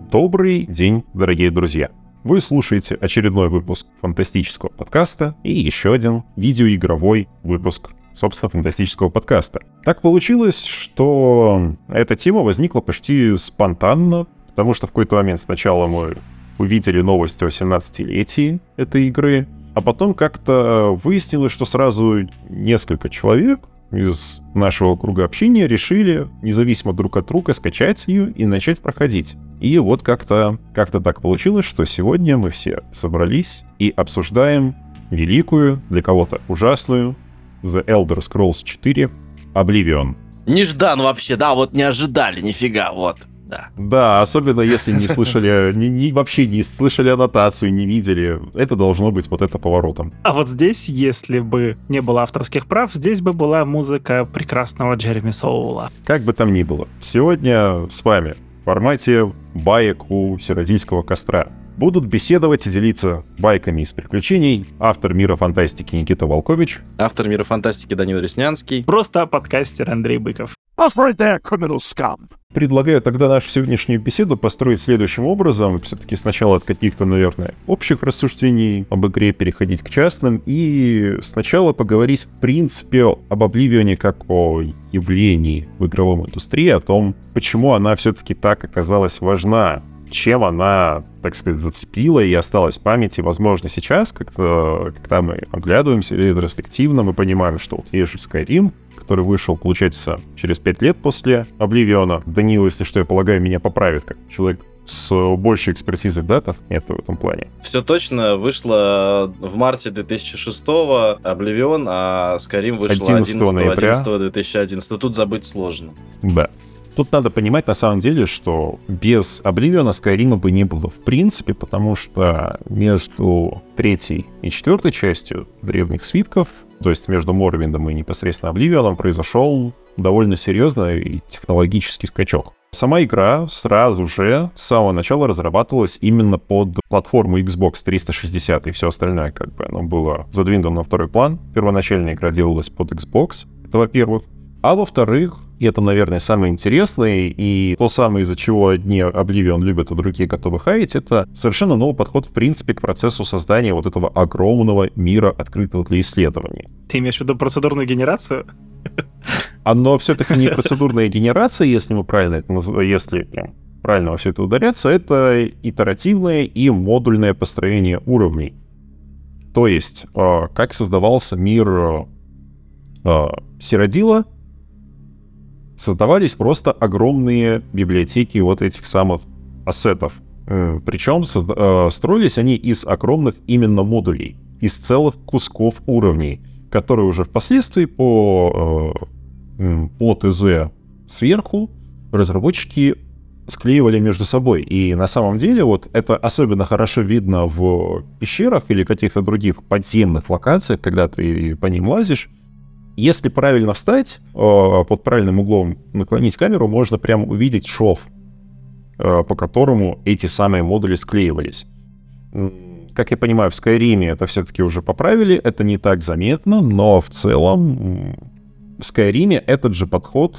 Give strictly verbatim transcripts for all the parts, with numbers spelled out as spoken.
Добрый день, дорогие друзья! Вы слушаете очередной выпуск фантастического подкаста и еще один видеоигровой выпуск, собственно, фантастического подкаста. Так получилось, что эта тема возникла почти спонтанно, потому что в какой-то момент сначала мы увидели новость о семнадцатилетии этой игры, а потом как-то выяснилось, что сразу несколько человек из нашего круга общения решили, независимо друг от друга, скачать ее и начать проходить. И вот как-то, как-то так получилось, что сегодня мы все собрались и обсуждаем великую, для кого-то ужасную, The Elder Scrolls четыре Oblivion. Неждан вообще, да, вот не ожидали, нифига, вот. Да. Да, особенно если не слышали, не, не, вообще не слышали аннотацию, не видели. Это должно быть вот это поворотом. А вот здесь, если бы не было авторских прав, здесь бы была музыка прекрасного Джереми Соула. Как бы там ни было, сегодня с вами в формате баек у Сиродильского костра будут беседовать и делиться байками из приключений автор «Мира фантастики» Никита Волкович, автор «Мира фантастики» Данил Реснянский, просто подкастер Андрей Быков. Предлагаю тогда нашу сегодняшнюю беседу построить следующим образом. Все-таки сначала от каких-то, наверное, общих рассуждений об игре переходить к частным. И сначала поговорить, в принципе, об Обливионе как о явлении в игровой индустрии, о том, почему она все-таки так оказалась важна, чем она, так сказать, зацепила и осталась в памяти. Возможно, сейчас, как-то, когда мы оглядываемся ретроспективно, мы понимаем, что вот есть же Skyrim, который вышел, получается, через пять лет после Обливиона. Данил, если что, я полагаю, меня поправит, как человек с большей экспертизой в датах. Нет в этом плане. Все точно. Вышло в марте две тысячи шестого Обливион, а Skyrim вышел одиннадцатого одиннадцатого две тысячи одиннадцатого. Тут забыть сложно. Да. Тут надо понимать, на самом деле, что без Обливиона Скайрима бы не было в принципе, потому что между третьей и четвертой частью древних свитков, то есть между Моррвиндом и непосредственно Обливионом, произошел довольно серьезный технологический скачок. Сама игра сразу же с самого начала разрабатывалась именно под платформу Xbox триста шестьдесят, и все остальное, как бы, оно было задвинуто на второй план. Первоначальная игра делалась под Xbox, это во-первых. А во-вторых, и это, наверное, самое интересное, и то самое, из-за чего одни Oblivion любят, а другие готовы хаять, это совершенно новый подход, в принципе, к процессу создания вот этого огромного мира, открытого для исследований. Ты имеешь в виду процедурную генерацию? Оно все-таки не процедурная генерация, если мы правильно это называем, если прям правильно во все это ударяться, это итеративное и модульное построение уровней. То есть, как создавался мир Сиродила, создавались просто огромные библиотеки вот этих самых ассетов. Причем созда- строились они из огромных именно модулей, из целых кусков уровней, которые уже впоследствии по, по ТЗ сверху разработчики склеивали между собой. И на самом деле вот это особенно хорошо видно в пещерах или каких-то других подземных локациях, когда ты по ним лазишь. Если правильно встать, под правильным углом наклонить камеру, можно прямо увидеть шов, по которому эти самые модули склеивались. Как я понимаю, в Skyrim это все-таки уже поправили, это не так заметно, но в целом в Skyrim этот же подход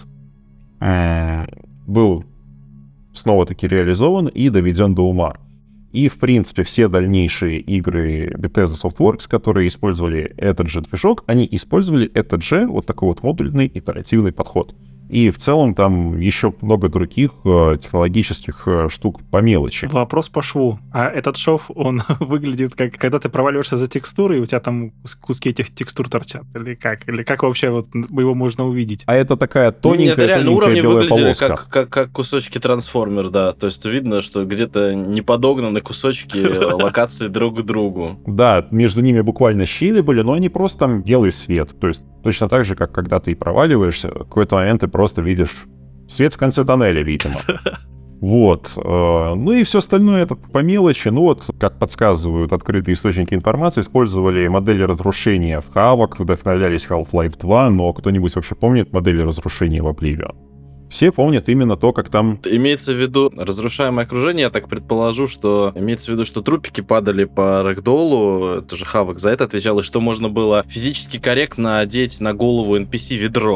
был снова-таки реализован и доведен до ума. И, в принципе, все дальнейшие игры Bethesda Softworks, которые использовали этот же движок, они использовали этот же вот такой вот модульный итеративный подход. И в целом там еще много других э, технологических э, штук по мелочи. Вопрос по шву. А этот шов, он выглядит как, когда ты проваливаешься за текстурой, и у тебя там куски этих текстур торчат? Или как? Или как вообще вот его можно увидеть? А это такая тоненькая, Нет, реально, тоненькая уровни белая выглядели полоска. как, как, как кусочки трансформер, да. То есть видно, что где-то не подогнаны кусочки локации друг к другу. Да, между ними буквально щели были, но они просто там белый свет. То есть точно так же, как когда ты проваливаешься, в какой-то момент ты просто видишь свет в конце тоннеля, видимо. Вот. Ну и все остальное это по мелочи. Ну вот, как подсказывают открытые источники информации, использовали модели разрушения в Havok, вдохновлялись Half-Life два, но кто-нибудь вообще помнит модели разрушения в Oblivion? Все помнят именно то, как там... Имеется в виду разрушаемое окружение, я так предположу, что имеется в виду, что трупики падали по рэгдолу, это же Havok за это отвечал, и что можно было физически корректно одеть на голову эн пи си ведро.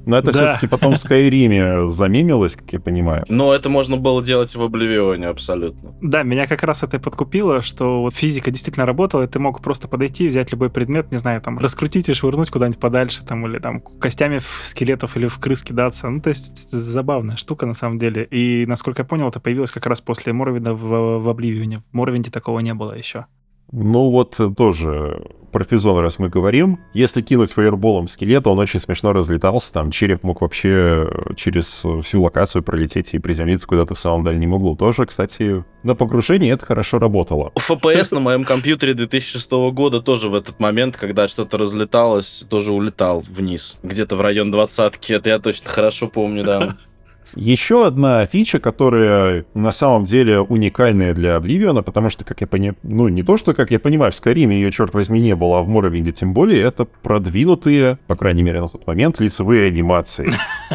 Но это Да. все-таки потом в Скайриме замемилось, как я понимаю. Но это можно было делать в Обливионе абсолютно. Да, меня как раз это и подкупило, что вот физика действительно работала, и ты мог просто подойти, взять любой предмет, не знаю, там, раскрутить и швырнуть куда-нибудь подальше, там, или там костями в скелетов или в крыс кидаться. Ну, то есть забавная штука на самом деле. И, насколько я понял, это появилось как раз после Морровинда в, в Обливионе. В Морровинде такого не было еще. Ну вот тоже про Физон, раз мы говорим. Если кинуть фаерболом скелета, он очень смешно разлетался. Там череп мог вообще через всю локацию пролететь и приземлиться куда-то в самом дальнем углу. Тоже, кстати, на погружении это хорошо работало. эф пи эс на моем компьютере две тысячи шестого года тоже в этот момент, когда что-то разлеталось, тоже улетал вниз. Где-то в район двадцатки. Это я точно хорошо помню, да. Еще одна фича, которая на самом деле уникальная для Обливиона, потому что, как я понимаю, ну не то, что, как я понимаю, в Скайриме ее, черт возьми, не было, а в Морровинде тем более, это продвинутые, по крайней мере на тот момент, лицевые анимации.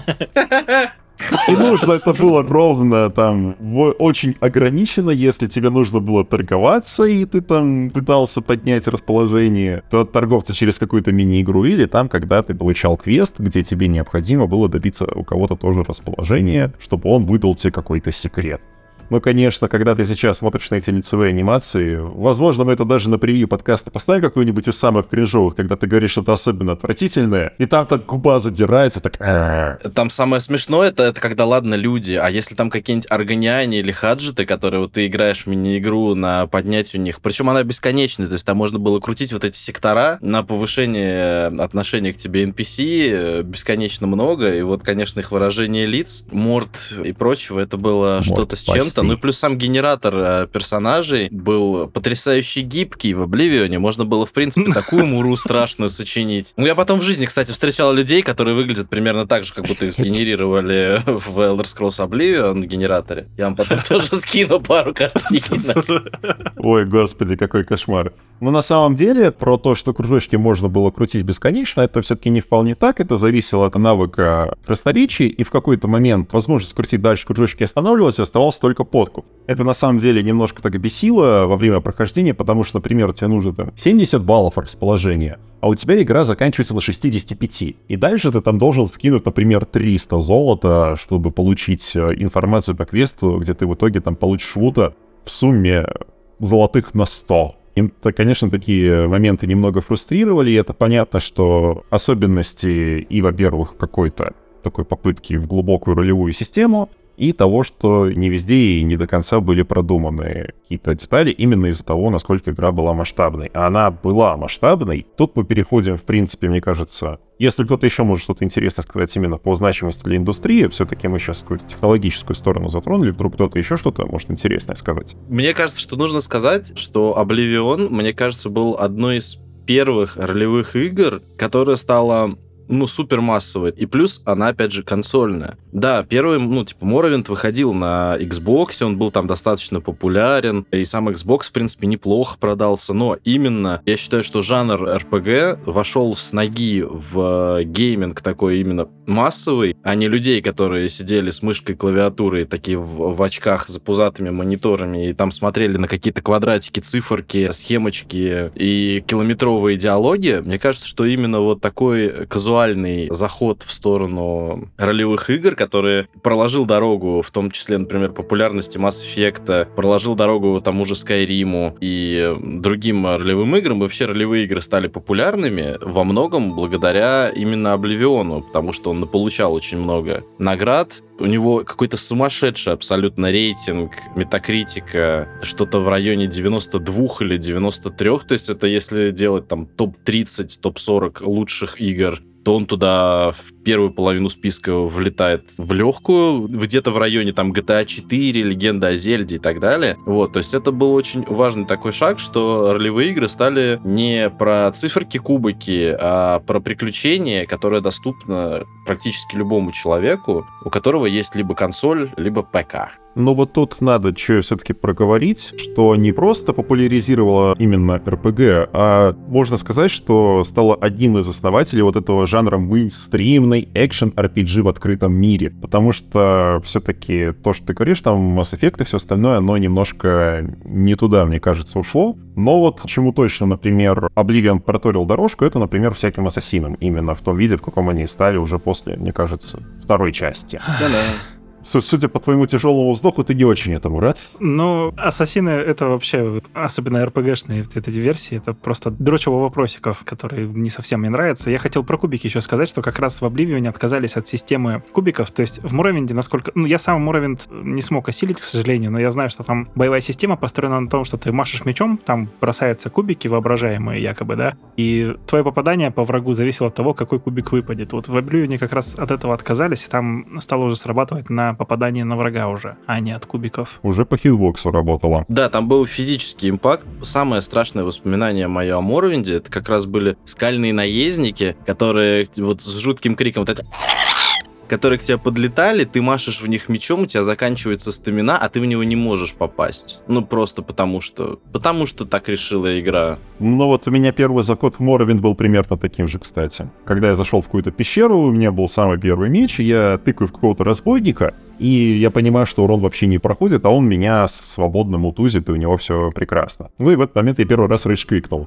И нужно это было ровно там в, очень ограничено, если тебе нужно было торговаться, и ты там пытался поднять расположение, то от торговца через какую-то мини-игру, или там, когда ты получал квест, где тебе необходимо было добиться у кого-то тоже расположения, чтобы он выдал тебе какой-то секрет. Ну, конечно, когда ты сейчас смотришь на эти лицевые анимации, возможно, мы это даже на превью подкаста поставим какой-нибудь из самых кринжовых, когда ты говоришь что-то особенно отвратительное, и там так губа задирается, так... Там самое смешное, это, это когда, ладно, люди, а если там какие-нибудь органиане или хаджиты, которые вот ты играешь в мини-игру на поднять у них, причем она бесконечная, то есть там можно было крутить вот эти сектора на повышение отношения к тебе эн пи си бесконечно много, и вот, конечно, их выражение лиц, морд и прочего, это было Морд, что-то с чем-то. Ну и плюс сам генератор э, персонажей был потрясающе гибкий в Обливионе. Можно было, в принципе, такую муру страшную сочинить. Ну, я потом в жизни, кстати, встречал людей, которые выглядят примерно так же, как будто их сгенерировали в Elder Scrolls Oblivion генераторе. Я вам потом тоже скину пару картинок. Ой, господи, какой кошмар. Но на самом деле, про то, что кружочки можно было крутить бесконечно, это все-таки не вполне так. Это зависело от навыка красноречия, и в какой-то момент возможность крутить дальше кружочки останавливалась, и оставался только подкуп. Это на самом деле немножко так бесило во время прохождения, потому что, например, тебе нужно там семьдесят баллов расположения, а у тебя игра заканчивается на шестидесяти пяти. И дальше ты там должен вкинуть, например, триста золота, чтобы получить информацию по квесту, где ты в итоге там получишь лута в сумме золотых на сто. Им-то, конечно, такие моменты немного фрустрировали, и это понятно, что особенности и, во-первых, какой-то такой попытки в глубокую ролевую систему, и того, что не везде и не до конца были продуманы какие-то детали именно из-за того, насколько игра была масштабной. А она была масштабной. Тут мы переходим, в принципе, мне кажется, если кто-то еще может что-то интересное сказать именно по значимости для индустрии, все-таки мы сейчас какую-то технологическую сторону затронули, вдруг кто-то еще что-то может интересное сказать. Мне кажется, что нужно сказать, что Обливион, мне кажется, был одной из первых ролевых игр, которая стала... ну, супер массовая. И плюс она, опять же, консольная. Да, первый, ну, типа, Morrowind выходил на Xbox, он был там достаточно популярен, и сам Xbox, в принципе, неплохо продался, но именно, я считаю, что жанр эр пи джи вошел с ноги в гейминг такой именно массовый, а не людей, которые сидели с мышкой, клавиатурой, такие в, в очках за пузатыми мониторами, и там смотрели на какие-то квадратики, циферки, схемочки и километровые диалоги. Мне кажется, что именно вот такой казуальный заход в сторону ролевых игр, который проложил дорогу, в том числе, например, популярности Mass Effect, проложил дорогу тому же Skyrim и другим ролевым играм. Вообще ролевые игры стали популярными во многом благодаря именно Обливиону, потому что он получал очень много наград. У него какой-то сумасшедший абсолютно рейтинг, метакритика, что-то в районе девяносто два или девяносто три. То есть это если делать там топ тридцать, топ сорок лучших игр, то он туда в первую половину списка влетает в легкую, где-то в районе там джи ти эй четыре, Легенда о Зельде и так далее. Вот, то есть это был очень важный такой шаг, что ролевые игры стали не про циферки, кубики, а про приключения, которое доступно практически любому человеку, у которого есть либо консоль, либо ПК. Но вот тут надо что все-таки проговорить, что не просто популяризировала именно эр пи джи, а можно сказать, что стала одним из основателей вот этого жанра мейнстримной экшен-ар пи джи в открытом мире. Потому что все-таки то, что ты говоришь, там Mass Effect и все остальное, оно немножко не туда, мне кажется, ушло. Но вот чему точно, например, Oblivion проторил дорожку, это, например, всяким ассасинам. Именно в том виде, в каком они стали уже после, мне кажется, второй части. Да-да. Судя по твоему тяжелому вздоху, ты не очень этому рад? Ну, ассасины — это вообще, особенно эр пи джи-шные вот эти версии, это просто дрочево вопросиков, которые не совсем мне нравятся. Я хотел про кубики еще сказать, что как раз в Обливионе отказались от системы кубиков. То есть в Моровинде, насколько... Ну, я сам Моровинд не смог осилить, к сожалению, но я знаю, что там боевая система построена на том, что ты машешь мечом, там бросаются кубики воображаемые якобы, да, и твое попадание по врагу зависело от того, какой кубик выпадет. Вот в Обливионе как раз от этого отказались, и там стало уже срабатывать на попадание на врага уже, а не от кубиков. Уже по хитбоксу работало. Да, там был физический импакт. Самое страшное воспоминание мое о Моровинде, это как раз были скальные наездники, которые вот с жутким криком вот это... которые к тебе подлетали, ты машешь в них мечом, у тебя заканчивается стамина, а ты в него не можешь попасть. Ну, просто потому что... Потому что так решила игра. Ну, вот у меня первый заход в Моровинд был примерно таким же, кстати. Когда я зашел в какую-то пещеру, у меня был самый первый меч, я тыкаю в какого-то разбойника, и я понимаю, что урон вообще не проходит, а он меня свободно мутузит, и у него все прекрасно. Ну и в этот момент я первый раз рейдж-квикнул.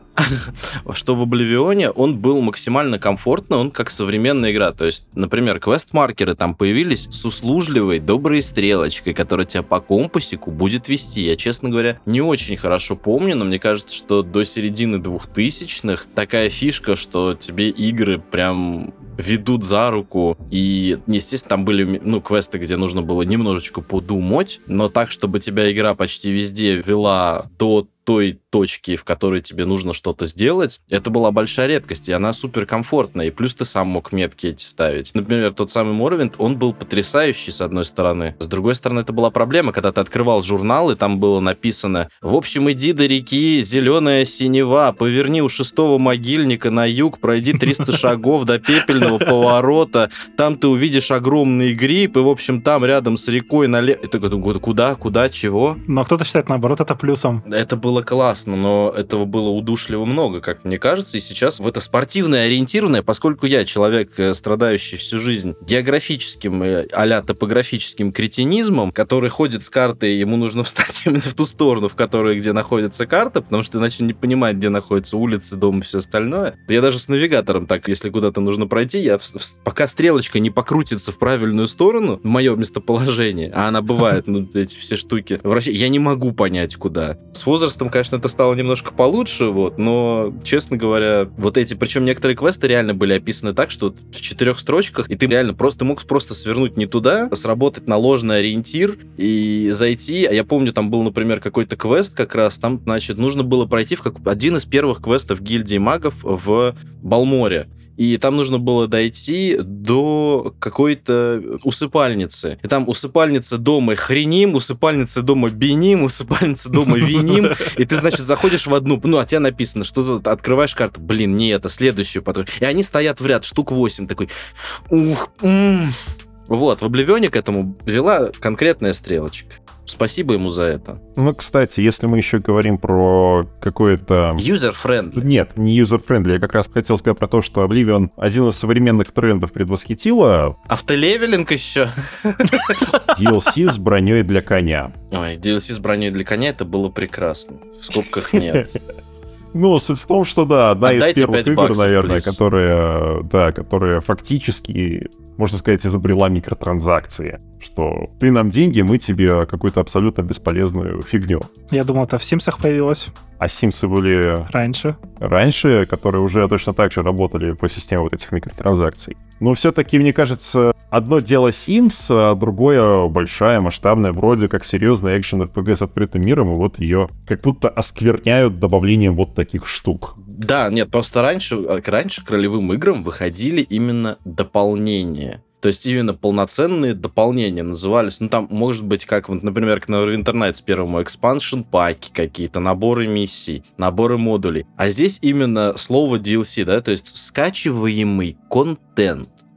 Что в Обливионе он был максимально комфортно, он как современная игра. То есть, например, квест-маркеры там появились с услужливой, доброй стрелочкой, которая тебя по компасику будет вести. Я, честно говоря, не очень хорошо помню, но мне кажется, что до середины двухтысячных такая фишка, что тебе игры прям ведут за руку. И, естественно, там были, ну, квесты, где нужно было немножечко подумать, но так, чтобы тебя игра почти везде вела до той точки, в которой тебе нужно что-то сделать, это была большая редкость, и она суперкомфортная, и плюс ты сам мог метки эти ставить. Например, тот самый Моровинд, он был потрясающий, с одной стороны. С другой стороны, это была проблема, когда ты открывал журнал, и там было написано: в общем, иди до реки, зеленая синева, поверни у шестого могильника на юг, пройди триста шагов до пепельного поворота, там ты увидишь огромный гриб, и, в общем, там рядом с рекой налево... И ты говоришь, куда, куда, чего? Но кто-то считает, наоборот, это плюсом. Это было классно, но этого было удушливо много, как мне кажется, и сейчас в это спортивное ориентированное, поскольку я человек, страдающий всю жизнь географическим, а-ля топографическим кретинизмом, который ходит с картой, ему нужно встать именно в ту сторону, в которой, где находится карта, потому что иначе не понимает, где находятся улицы, дом и все остальное. Я даже с навигатором так, если куда-то нужно пройти, я в, в, пока стрелочка не покрутится в правильную сторону, в мое местоположение, а она бывает, ну, эти все штуки, вращ... я не могу понять, куда. С возрастом, конечно, это стало немножко получше, вот, но, честно говоря, вот эти, причем некоторые квесты реально были описаны так, что в четырех строчках, и ты реально просто мог просто свернуть не туда, сработать на ложный ориентир и зайти. А я помню, там был, например, какой-то квест как раз, там, значит, нужно было пройти в как... один из первых квестов гильдии магов в Балморе. И там нужно было дойти до какой-то усыпальницы. И там усыпальница дома Хреним, усыпальница дома Беним, усыпальница дома Виним. И ты, значит, заходишь в одну, ну, а тебе написано, что за... Открываешь карту, блин, не это, следующую потом. И они стоят в ряд, штук восемь, такой, ух, м-м. Вот, в Обливионе к этому вела конкретная стрелочка. Спасибо ему за это. Ну, кстати, если мы еще говорим про какое-то... User-friendly. Нет, не user-friendly. Я как раз хотел сказать про то, что Oblivion один из современных трендов предвосхитила. Автолевелинг еще. ди эл си с броней для коня. Ой, ди эл си с броней для коня, это было прекрасно. В скобках нет. Ну, суть в том, что да, одна из первых игр, баксов, наверное, плиз. которая, да, которая фактически, можно сказать, изобрела микротранзакции. Что ты нам деньги, мы тебе какую-то абсолютно бесполезную фигню. Я думал, это в Симсах появилось А Симсы были раньше. раньше, которые уже точно так же работали по системе вот этих микротранзакций. Но все-таки, мне кажется, одно дело Sims, а другое большая, масштабная, вроде как серьезная экшен-эр пи джи с открытым миром, и вот ее как будто оскверняют добавлением вот таких штук. Да, нет, просто раньше, раньше к ролевым играм выходили именно дополнения. То есть именно полноценные дополнения назывались. Ну, там, может быть, как, вот, например, к Neverwinter Nights первому expansion паки какие-то, наборы миссий, наборы модулей. А здесь именно слово ди эл си, да, то есть скачиваемый контент.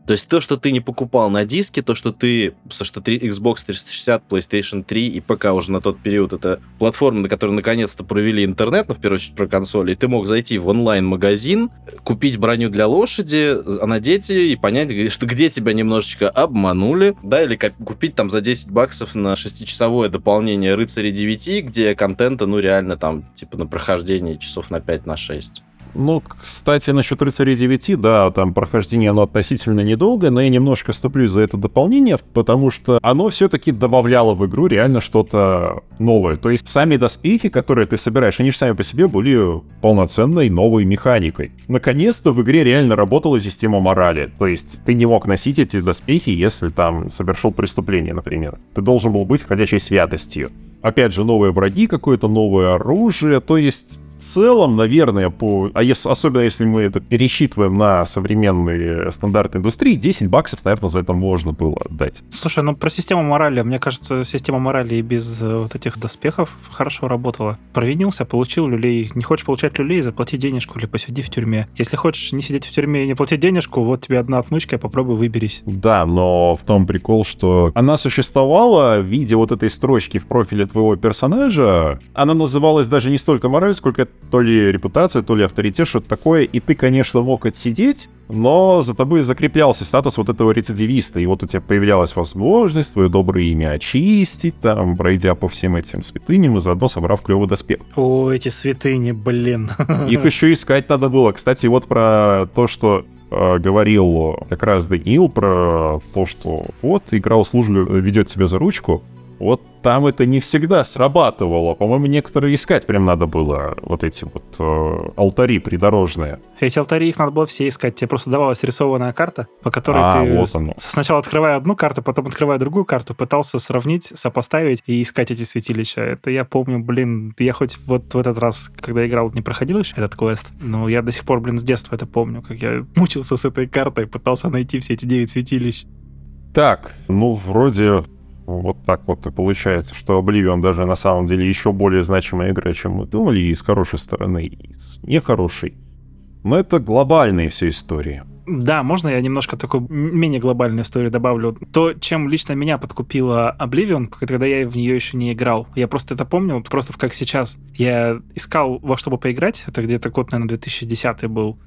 То есть то, что ты не покупал на диске, то, что ты... Потому что ты Xbox триста шестьдесят, PlayStation три и ПК уже на тот период, это платформы, на которые наконец-то провели интернет, ну, в первую очередь про консоли, и ты мог зайти в онлайн-магазин, купить броню для лошади, надеть ее и понять, что где тебя немножечко обманули, да, или купить там за десять баксов на шестичасовое дополнение «Рыцарей девяти», где контента, ну, реально там, типа, на прохождение часов на пять, на шесть. Ну, кстати, насчет «Рыцарей девяти», да, там прохождение, оно относительно недолгое, но я немножко ступлюсь за это дополнение, потому что оно все-таки добавляло в игру реально что-то новое. То есть сами доспехи, которые ты собираешь, они же сами по себе были полноценной новой механикой. Наконец-то в игре реально работала система морали. То есть ты не мог носить эти доспехи, если там совершил преступление, например. Ты должен был быть ходячей святостью. Опять же, новые враги, какое-то новое оружие, то есть... В целом, наверное, по... а если, особенно если мы это пересчитываем на современные стандарты индустрии, десять баксов, наверное, за это можно было отдать. Слушай, ну про систему морали, мне кажется, система морали и без вот этих доспехов хорошо работала. Провинился, получил люлей. Не хочешь получать люлей, заплати денежку или посиди в тюрьме. Если хочешь не сидеть в тюрьме и не платить денежку, вот тебе одна отмычка, попробуй выберись. Да, но в том прикол, что она существовала в виде вот этой строчки в профиле твоего персонажа. Она называлась даже не столько мораль, сколько то ли репутация, то ли авторитет, что-то такое, и ты, конечно, мог отсидеть, но за тобой закреплялся статус вот этого рецидивиста, и вот у тебя появлялась возможность твое доброе имя очистить, там, пройдя по всем этим святыням и заодно собрав клевый доспех. О, эти святыни, блин. Их еще искать надо было. Кстати, вот про то, что э, говорил как раз Даниил, про то, что вот, игра услужливо ведет тебя за ручку, вот там это не всегда срабатывало. По-моему, некоторые искать прям надо было, вот эти вот э, алтари придорожные. Эти алтари, их надо было все искать. Тебе просто давалась рисованная карта, по которой а, ты вот оно. сначала открывая одну карту, потом открывая другую карту, пытался сравнить, сопоставить и искать эти святилища. Это я помню, блин, я хоть вот в этот раз, когда играл, не проходил еще этот квест, но я до сих пор, блин, с детства это помню, как я мучился с этой картой, пытался найти все эти девять святилищ. Так, ну, вроде... Вот так вот и получается, что Oblivion даже на самом деле еще более значимая игра, чем мы думали, и с хорошей стороны, и с нехорошей. Но это глобальные все истории. Да, можно я немножко такую менее глобальную историю добавлю? То, чем лично меня подкупила Oblivion, когда я в нее еще не играл. Я просто это помню, просто как сейчас. Я искал во что бы поиграть, это где-то год, наверное, две тысячи десятый был,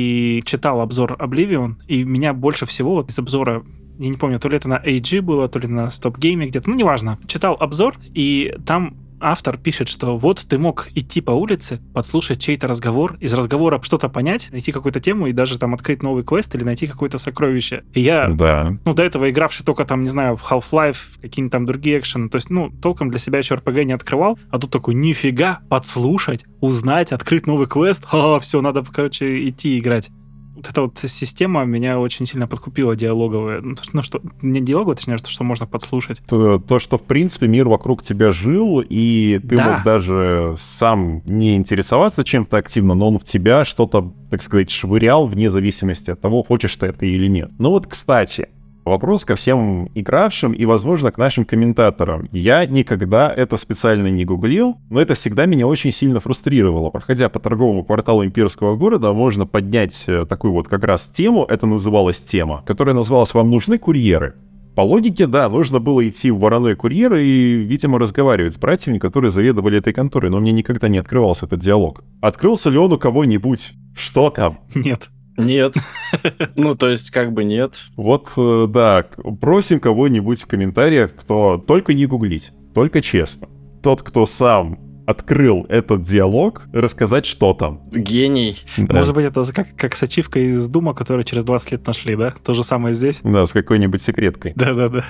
и читал обзор Oblivion, и меня больше всего вот из обзора... Я не помню, то ли это на эй джи было, то ли на Stop Game где-то, ну, неважно. Читал обзор, и там автор пишет, что вот ты мог идти по улице, подслушать чей-то разговор, из разговора что-то понять, найти какую-то тему и даже там открыть новый квест или найти какое-то сокровище. И я, да. ну, до этого игравший только там, не знаю, в Half-Life, в какие-нибудь там другие экшены, то есть, ну, толком для себя еще эр пи джи не открывал, а тут такой, нифига, подслушать, узнать, открыть новый квест, ха, все, надо, короче, идти играть. Вот эта вот система меня очень сильно подкупила, диалоговая. Ну, что, не диалоговая, точнее, что, что можно подслушать. То, то, что, в принципе, мир вокруг тебя жил, и ты да. мог даже сам не интересоваться чем-то активно, но он в тебя что-то, так сказать, швырял вне зависимости от того, хочешь ты это или нет. Ну вот, кстати, вопрос ко всем игравшим и, возможно, к нашим комментаторам. Я никогда это специально не гуглил, но это всегда меня очень сильно фрустрировало. Проходя по торговому кварталу имперского города, можно поднять такую вот как раз тему, это называлась тема, которая называлась «Вам нужны курьеры?». По логике, да, нужно было идти в вороной курьер и, видимо, разговаривать с братьями, которые заведовали этой конторой, но мне никогда не открывался этот диалог. Открылся ли он у кого-нибудь? Что там? Нет. Нет. Ну, то есть, как бы нет. Вот, да, просим кого-нибудь в комментариях, кто только не гуглить, только честно. Тот, кто сам открыл этот диалог, рассказать, что там. Гений. Да. Может быть, это как, как с ачивкой из Дума, которую через двадцать лет нашли, да? То же самое здесь? Да, с какой-нибудь секреткой. Да-да-да.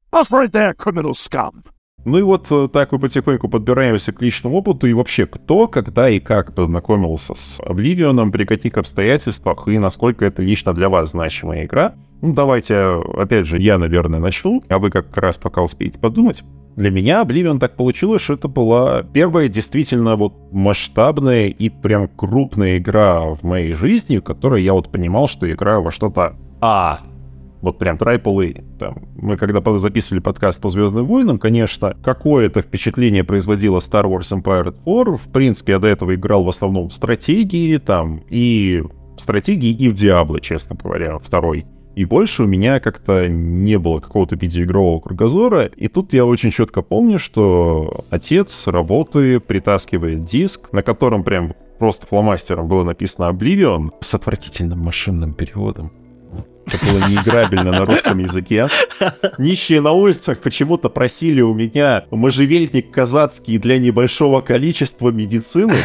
Ну и вот так мы потихоньку подбираемся к личному опыту, и вообще, кто, когда и как познакомился с Oblivion, при каких обстоятельствах, и насколько это лично для вас значимая игра. Ну, давайте, опять же, я, наверное, начну, а вы как раз пока успеете подумать. Для меня Oblivion так получилось, что это была первая действительно вот масштабная и прям крупная игра в моей жизни, в которой я вот понимал, что играю во что-то А. Вот прям трипл эй. Там, мы когда записывали подкаст по Звездным войнам, конечно, какое-то впечатление производила Star Wars Empire War. В принципе, я до этого играл в основном в стратегии, там, и в стратегии, и в Diablo, честно говоря, второй. И больше у меня как-то не было какого-то видеоигрового кругозора. И тут я очень четко помню, что отец с работы притаскивает диск, на котором прям просто фломастером было написано Oblivion с отвратительным машинным переводом. Это было неиграбельно на русском языке. Нищие на улицах почему-то просили у меня можжевельник казацкий для небольшого количества медицины.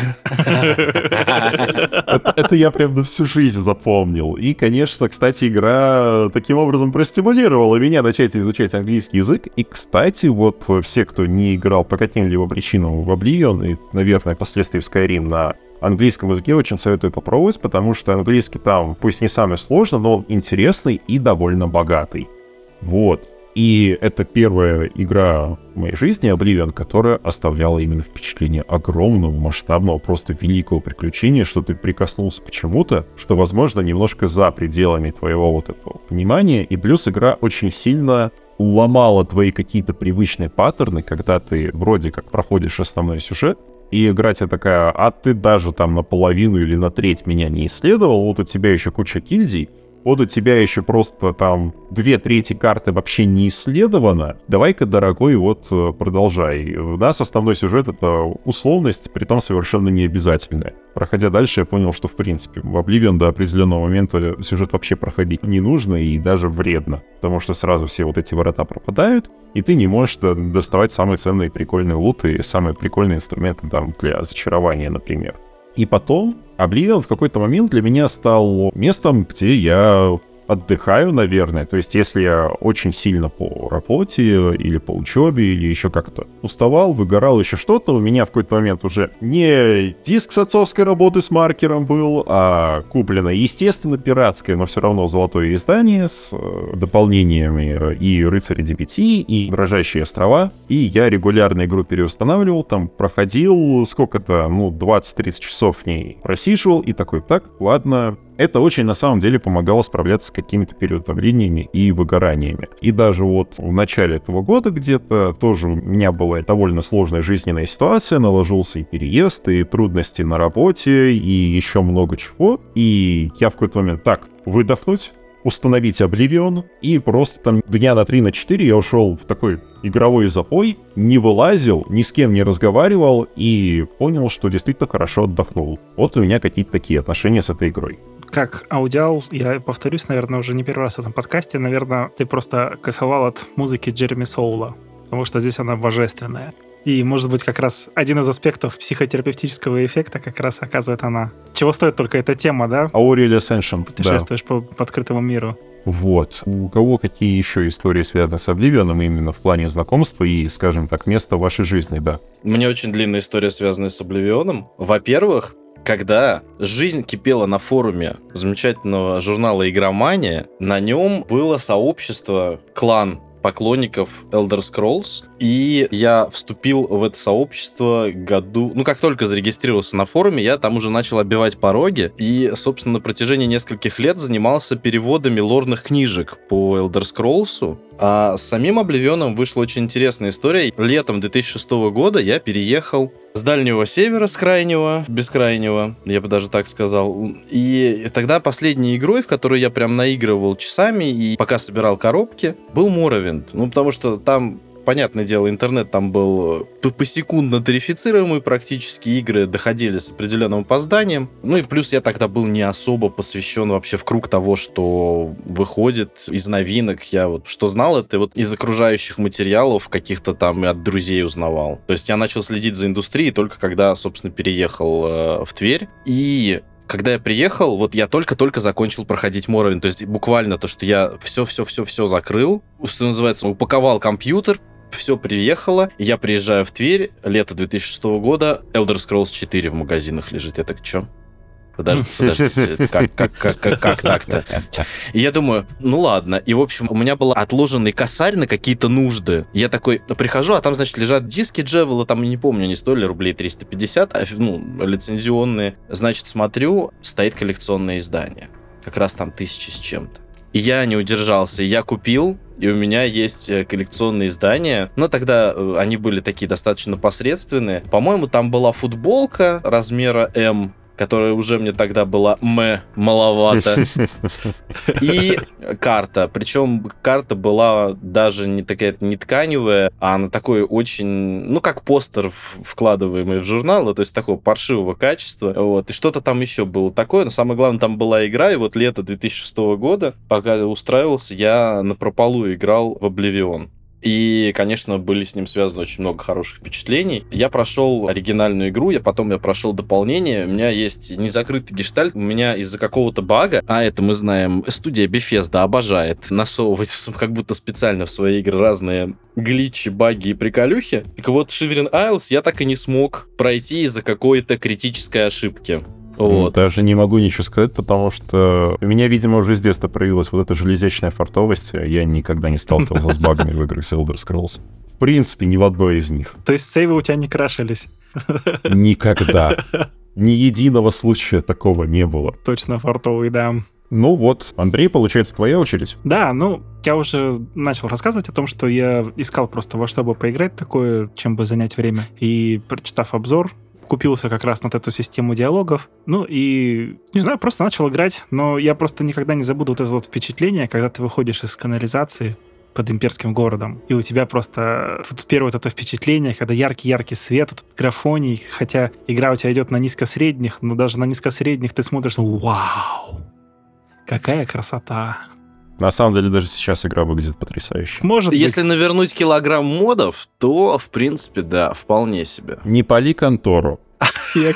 Это, это я прям на всю жизнь запомнил. И, конечно, кстати, игра таким образом простимулировала меня начать изучать английский язык. И, кстати, вот все, кто не играл по каким-либо причинам в Oblivion и, наверное, впоследствии в Skyrim на английском языке, очень советую попробовать, потому что английский там, пусть не самый сложный, но он интересный и довольно богатый. Вот. И это первая игра в моей жизни, Oblivion, которая оставляла именно впечатление огромного, масштабного, просто великого приключения, что ты прикоснулся к чему-то, что, возможно, немножко за пределами твоего вот этого понимания. И плюс игра очень сильно ломала твои какие-то привычные паттерны, когда ты вроде как проходишь основной сюжет, и игра тебе такая: а ты даже там наполовину или на треть меня не исследовал, вот у тебя еще куча гильдий, вот у тебя еще просто там две трети карты вообще не исследовано, давай-ка, дорогой, вот продолжай. У нас основной сюжет — это условность, притом совершенно необязательная. Проходя дальше, я понял, что, в принципе, в Oblivion до определенного момента сюжет вообще проходить не нужно и даже вредно, потому что сразу все вот эти ворота пропадают, и ты не можешь доставать самые ценные и прикольные луты и самые прикольные инструменты там для зачарования, например. И потом Oblivion в какой-то момент для меня стал местом, где я отдыхаю, наверное. То есть если я очень сильно по работе или по учебе или еще как-то уставал, выгорал, еще что-то, у меня в какой-то момент уже не диск с отцовской работы с маркером был, а куплено, естественно, пиратское, но все равно золотое издание с дополнениями и Рыцари ди пи ти, и Дрожащие острова. И я регулярно игру переустанавливал, там проходил сколько-то, ну, двадцать-тридцать часов в ней просиживал, и такой: так, ладно. Это очень, на самом деле, помогало справляться с какими-то переутомлениями и выгораниями. И даже вот в начале этого года где-то тоже у меня была довольно сложная жизненная ситуация, наложился и переезд, и трудности на работе, и еще много чего. И я в какой-то момент: так, выдохнуть, установить Oblivion, и просто там дня на три на четыре я ушел в такой игровой запой, не вылазил, ни с кем не разговаривал, и понял, что действительно хорошо отдохнул. Вот у меня какие-то такие отношения с этой игрой. Как аудиал, я повторюсь, наверное, уже не первый раз в этом подкасте, наверное, ты просто кайфовал от музыки Джереми Соула, потому что здесь она божественная. И, может быть, как раз один из аспектов психотерапевтического эффекта как раз оказывает она. Чего стоит только эта тема, да? Auriel Ascension, Путешествуешь да. по, по открытому миру. Вот. У кого какие еще истории связаны с Oblivion именно в плане знакомства и, скажем так, места в вашей жизни, да? У меня очень длинная история, связанная с Oblivion. Во-первых, когда жизнь кипела на форуме замечательного журнала «Игромания», на нем было сообщество, клан поклонников Elder Scrolls, и я вступил в это сообщество году... Ну, как только зарегистрировался на форуме, я там уже начал оббивать пороги, и, собственно, на протяжении нескольких лет занимался переводами лорных книжек по Elder Scrolls. А с самим Oblivion вышла очень интересная история. Летом две тысячи шестого года я переехал с дальнего севера, с крайнего, бескрайнего, я бы даже так сказал. И тогда последней игрой, в которую я прям наигрывал часами и пока собирал коробки, был Morrowind. Ну, потому что там, понятное дело, интернет там был посекундно тарифицируемый, практически игры доходили с определенным опозданием. Ну и плюс я тогда был не особо посвящен вообще в круг того, что выходит из новинок. Я вот что знал, это вот из окружающих материалов каких-то там и от друзей узнавал. То есть я начал следить за индустрией только когда, собственно, переехал э, в Тверь. И когда я приехал, вот я только-только закончил проходить Morrowind. То есть буквально то, что я все-все-все-все закрыл, что называется, упаковал компьютер, все приехало, я приезжаю в Тверь, лето две тысячи шестого года, Elder Scrolls четыре в магазинах лежит. Я так, чё? Подождите, подождите, как, как, как, как, как так-то? И я думаю, ну ладно. И, в общем, у меня был отложенный косарь на какие-то нужды. Я такой прихожу, а там, значит, лежат диски Джевела, там, не помню, они стоили рублей триста пятьдесят, ну, лицензионные. Значит, смотрю, стоит коллекционное издание. Как раз там тысячи с чем-то. И я не удержался, я купил, и у меня есть коллекционные издания. Но тогда они были такие достаточно посредственные. По-моему, там была футболка размера М, которая уже мне тогда была мэ, маловато. И карта. Причем карта была даже не такая не тканевая, а она такой очень, ну, как постер, вкладываемый в журнал, то есть такого паршивого качества. Вот. И что-то там еще было такое. Но самое главное, там была игра, и вот лето две тысячи шестого года, пока я устраивался, я напропалу играл в Oblivion. И, конечно, были с ним связаны очень много хороших впечатлений. Я прошел оригинальную игру, я потом я прошел дополнение. У меня есть незакрытый гештальт. У меня из-за какого-то бага, а это мы знаем, студия Bethesda обожает насовывать как будто специально в свои игры разные гличи, баги и приколюхи. Так вот, Shivering Isles я так и не смог пройти из-за какой-то критической ошибки. Вот. Даже не могу ничего сказать, потому что у меня, видимо, уже с детства проявилась вот эта железячная фартовость. Я никогда не сталкивался с багами в играх с Elder Scrolls. В принципе, ни в одной из них. То есть сейвы у тебя не крашились? Никогда. Ни единого случая такого не было. Точно фартовый, да. Ну вот, Андрей, получается, твоя очередь. Да, ну, я уже начал рассказывать о том, что я искал просто во что бы поиграть такое, чем бы занять время. И, прочитав обзор, купился как раз на вот эту систему диалогов. Ну и, не знаю, просто начал играть. Но я просто никогда не забуду вот это вот впечатление, когда ты выходишь из канализации под имперским городом, и у тебя просто вот первое вот это впечатление, когда яркий-яркий свет, вот графоний, хотя игра у тебя идет на низкосредних, но даже на низкосредних ты смотришь, ну, вау, какая красота. На самом деле, даже сейчас игра выглядит потрясающе. Может Если быть. навернуть килограмм модов, то, в принципе, да, вполне себе. Не пали контору. Я,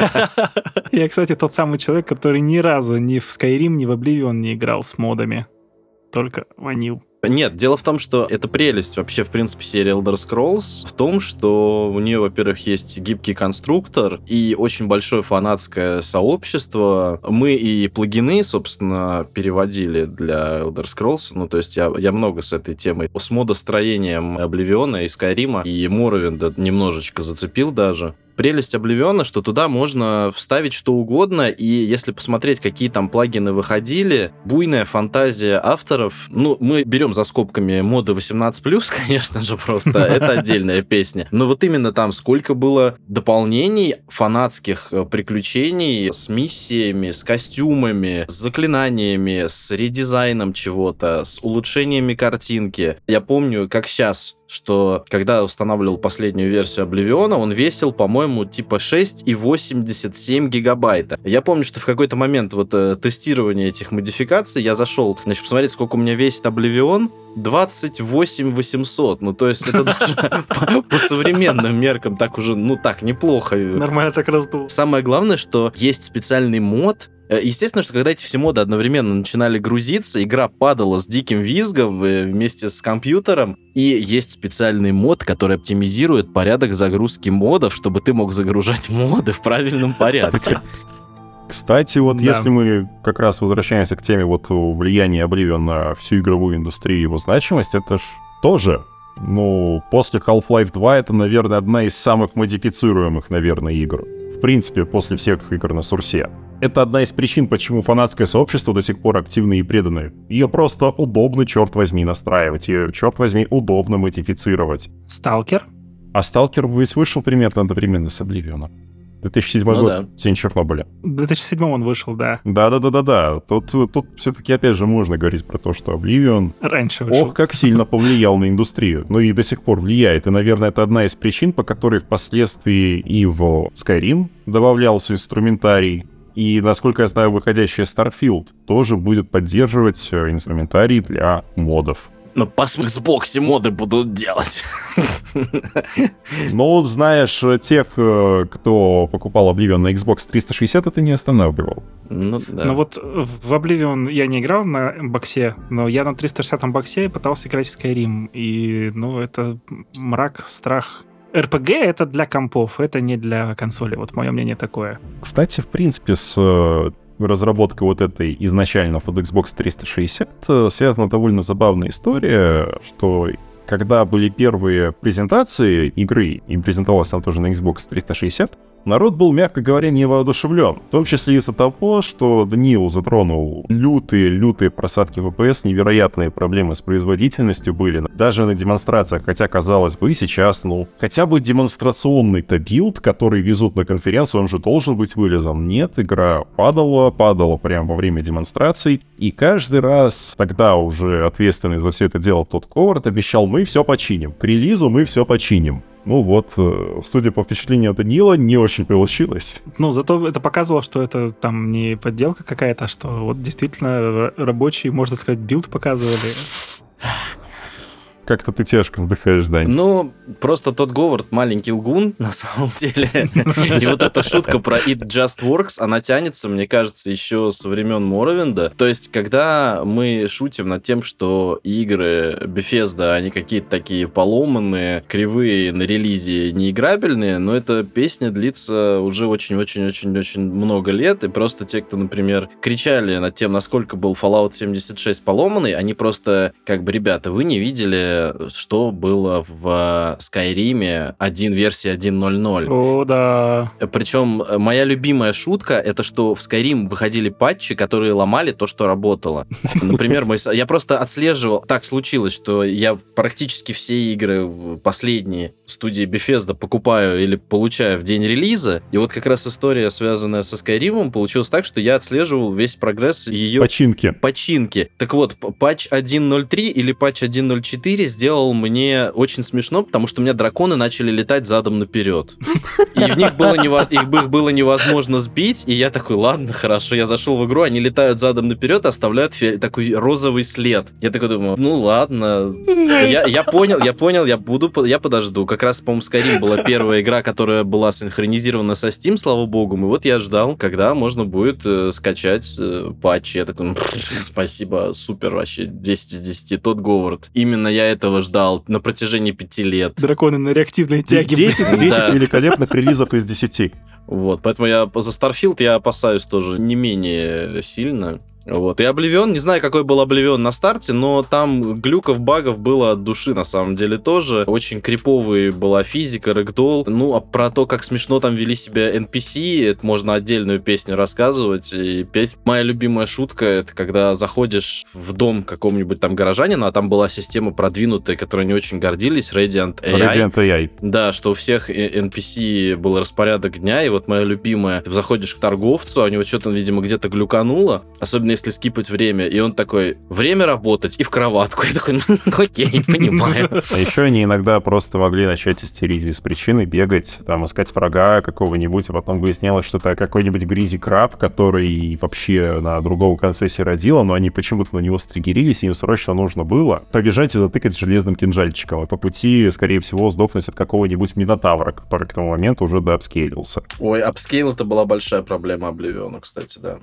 я, кстати, тот самый человек, который ни разу ни в Skyrim, ни в Oblivion не играл с модами. Только ванил. Нет, дело в том, что это прелесть вообще, в принципе, серии Elder Scrolls в том, что у нее, во-первых, есть гибкий конструктор и очень большое фанатское сообщество. Мы и плагины, собственно, переводили для Elder Scrolls. Ну, то есть я, я много с этой темой. С модостроением Oblivion и Skyrim и Morrowind немножечко зацепил даже. Прелесть Oblivion, что туда можно вставить что угодно, и если посмотреть, какие там плагины выходили, буйная фантазия авторов, ну, мы берем за скобками моды восемнадцать плюс, конечно же, просто, это отдельная песня, но вот именно там сколько было дополнений, фанатских приключений с миссиями, с костюмами, с заклинаниями, с редизайном чего-то, с улучшениями картинки. Я помню, как сейчас, что когда я устанавливал последнюю версию Oblivion, он весил, по-моему, типа шесть и восемьдесят семь гигабайта. Я помню, что в какой-то момент вот э, тестирования этих модификаций я зашел, значит, посмотреть, сколько у меня весит Oblivion, двадцать восемь тысяч восемьсот. Ну, то есть это даже по современным меркам так уже, ну, так, неплохо. Нормально так раздул. Самое главное, что есть специальный мод. Естественно, что когда эти все моды одновременно начинали грузиться, игра падала с диким визгом вместе с компьютером, и есть специальный мод, который оптимизирует порядок загрузки модов, чтобы ты мог загружать моды в правильном порядке. Кстати, вот Да. если мы как раз возвращаемся к теме вот влияния Oblivion на всю игровую индустрию и его значимость, это ж тоже, ну, после Half-Life два это, наверное, одна из самых модифицируемых, наверное, игр. В принципе, после всех игр на Сурсе. Это одна из причин, почему фанатское сообщество до сих пор активно и преданы. Ее просто удобно, черт возьми, настраивать. Ее, черт возьми, удобно модифицировать. Сталкер? А Сталкер ведь вышел примерно одновременно с Oblivion. две тысячи седьмой Ну год, да. День Чернобыля. В две тысячи седьмом он вышел, да. Да-да-да-да-да. Тут, тут все-таки, опять же, можно говорить про то, что Oblivion, Раньше вышел. ох, как сильно повлиял на индустрию. Ну и до сих пор влияет. И, наверное, это одна из причин, по которой впоследствии и в Skyrim добавлялся инструментарий. И, насколько я знаю, выходящая Starfield тоже будет поддерживать э, инструментарий для модов. Ну, по Xbox моды будут делать. Но, знаешь, тех, э, кто покупал Oblivion на Xbox триста шестьдесят, это не останавливал. Ну, да. Ну вот в Oblivion я не играл на боксе, но я на триста шестидесятом боксе пытался играть в Skyrim. И, ну, это мрак, страх. эр пи джи — это для компов, это не для консоли. Вот мое мнение такое. Кстати, в принципе, с э, разработкой вот этой изначально под Xbox триста шестьдесят э, связана довольно забавная история, что когда были первые презентации игры, и презентовалась она тоже на Xbox триста шестьдесят, народ был, мягко говоря, невоодушевлен. В том числе из-за того, что Даниил затронул лютые-лютые просадки эф пи эс, невероятные проблемы с производительностью были. Даже на демонстрациях, хотя, казалось бы, сейчас, ну, хотя бы демонстрационный-то билд, который везут на конференцию, он же должен быть вылезан. Нет, игра падала, падала прямо во время демонстраций, и каждый раз тогда уже ответственный за все это дело Тодд Говард обещал: мы все починим, к релизу мы все починим. Ну вот, судя по впечатлению Даниила, не очень получилось. Ну, зато это показывало, что это там не подделка какая-то, а что вот действительно рабочие, можно сказать, билд показывали. Как-то ты тяжко вздыхаешь, Дань. Ну, просто Тодд Говард маленький лгун, на самом деле. И вот эта шутка про It Just Works, она тянется, мне кажется, еще со времен Моровинда. То есть, когда мы шутим над тем, что игры Bethesda, они какие-то такие поломанные, кривые, на релизе неиграбельные, но эта песня длится уже очень-очень-очень-очень много лет, и просто те, кто, например, кричали над тем, насколько был Fallout семьдесят шесть поломанный, они просто, как бы, ребята, вы не видели, что было в Skyrim один версии один ноль ноль. О, да. Причем моя любимая шутка — это что в Skyrim выходили патчи, которые ломали то, что работало. Например, мой... я просто отслеживал... Так случилось, что я практически все игры последние студии Bethesda покупаю или получаю в день релиза. И вот как раз история, связанная со Skyrim, получилась так, что я отслеживал весь прогресс ее... Починки. Починки. Так вот, патч один ноль три или патч один ноль четыре сделал мне очень смешно, потому что у меня драконы начали летать задом наперед. И в них было, невоз... их было невозможно сбить, и я такой: ладно, хорошо, я зашел в игру, они летают задом наперед, оставляют фи... такой розовый след. Я такой думаю: ну ладно, я, я понял, я понял, я буду, я подожду. Как раз, по-моему, Skyrim была первая игра, которая была синхронизирована со Steam, слава богу, и вот я ждал, когда можно будет э, скачать э, патч. Я такой: спасибо, супер, вообще, десять из десяти, Тодд Говард. Именно я этого ждал на протяжении пяти лет. Драконы на реактивной тяге. десять, десять великолепных релизов из десяти. Вот, поэтому я за Starfield я опасаюсь тоже не менее сильно. Вот. И Oblivion, не знаю, какой был Oblivion на старте, но там глюков, багов было от души, на самом деле, тоже. Очень криповая была физика, рэгдолл. Ну, а про то, как смешно там вели себя эн пи си, это можно отдельную песню рассказывать и петь. Моя любимая шутка — это когда заходишь в дом какого-нибудь там горожанина, а там была система продвинутая, которой не очень гордились, Radiant эй ай. Radiant эй ай. Да, что у всех эн пи си был распорядок дня, и вот моя любимая, ты заходишь к торговцу, а у него что-то, видимо, где-то глюкануло, особенно если скипать время, и он такой: время работать, и в кроватку. Я такой: ну, окей, понимаю. А еще они иногда просто могли начать истерить без причины, бегать, там, искать врага какого-нибудь, а потом выяснялось, что это какой-нибудь Гризи Краб, который вообще на другого конце сиродила, но они почему-то на него стригерились, и им срочно нужно было побежать и затыкать железным кинжальчиком, а по пути, скорее всего, сдохнуть от какого-нибудь Минотавра, который к тому моменту уже доапскейлился. Ой, апскейл — это была большая проблема Обливиона, кстати, да.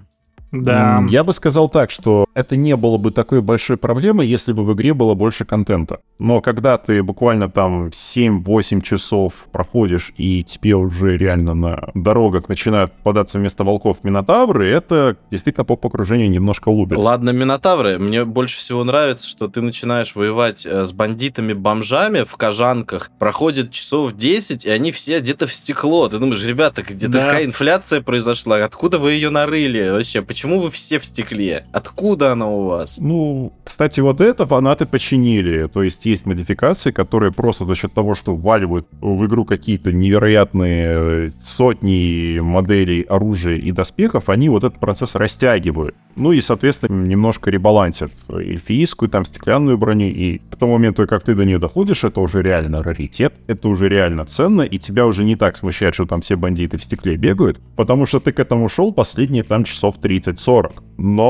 Да. Я бы сказал так, что это не было бы такой большой проблемой, если бы в игре было больше контента. Но когда ты буквально там семь-восемь часов проходишь, и тебе уже реально на дорогах начинают попадаться вместо волков минотавры, это действительно по окружению немножко лупит. Ладно, минотавры. Мне больше всего нравится, что ты начинаешь воевать с бандитами-бомжами в кожанках, проходит часов десять, и они все одеты в стекло. Ты думаешь: ребята, где-то Да. какая инфляция произошла? Откуда вы ее нарыли вообще? Почему вы все в стекле? Откуда она у вас? Ну, кстати, вот это фанаты починили. То есть есть модификации, которые просто за счет того, что вваливают в игру какие-то невероятные сотни моделей оружия и доспехов, они вот этот процесс растягивают. Ну и, соответственно, немножко ребалансят эльфийскую, там, стеклянную броню, и к тому моменту, как ты до нее доходишь, это уже реально раритет, это уже реально ценно, и тебя уже не так смущает, что там все бандиты в стекле бегают, потому что ты к этому шел последние там часов тридцать-сорок.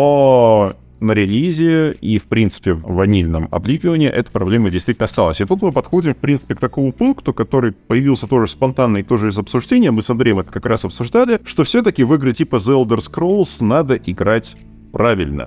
Но на релизе и, в принципе, в ванильном Обливионе эта проблема действительно осталась. И тут мы подходим, в принципе, к такому пункту, который появился тоже спонтанно и тоже из обсуждения. Мы с Андреем это как раз обсуждали, что все-таки в игры типа The Elder Scrolls надо играть правильно.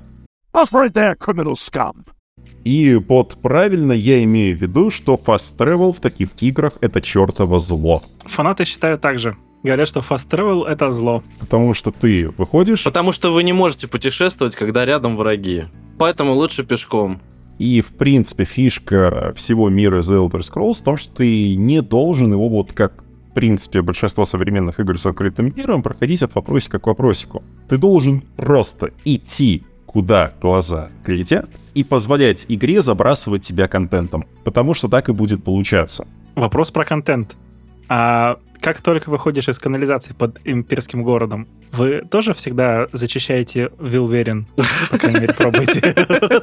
И под «правильно» я имею в виду, что Fast Travel в таких играх — это чертово зло. Фанаты считают так же. Говорят, что Fast Travel — это зло. Потому что ты выходишь... Потому что вы не можете путешествовать, когда рядом враги. Поэтому лучше пешком. И, в принципе, фишка всего мира The Elder Scrolls в том, что ты не должен его вот как в принципе, большинство современных игр с открытым миром, проходить от вопросика к вопросику. Ты должен просто идти, куда глаза глядят, и позволять игре забрасывать тебя контентом, потому что так и будет получаться. Вопрос про контент. А как только выходишь из канализации под имперским городом, вы тоже всегда зачищаете Вилверин? По крайней мере, пробуйте.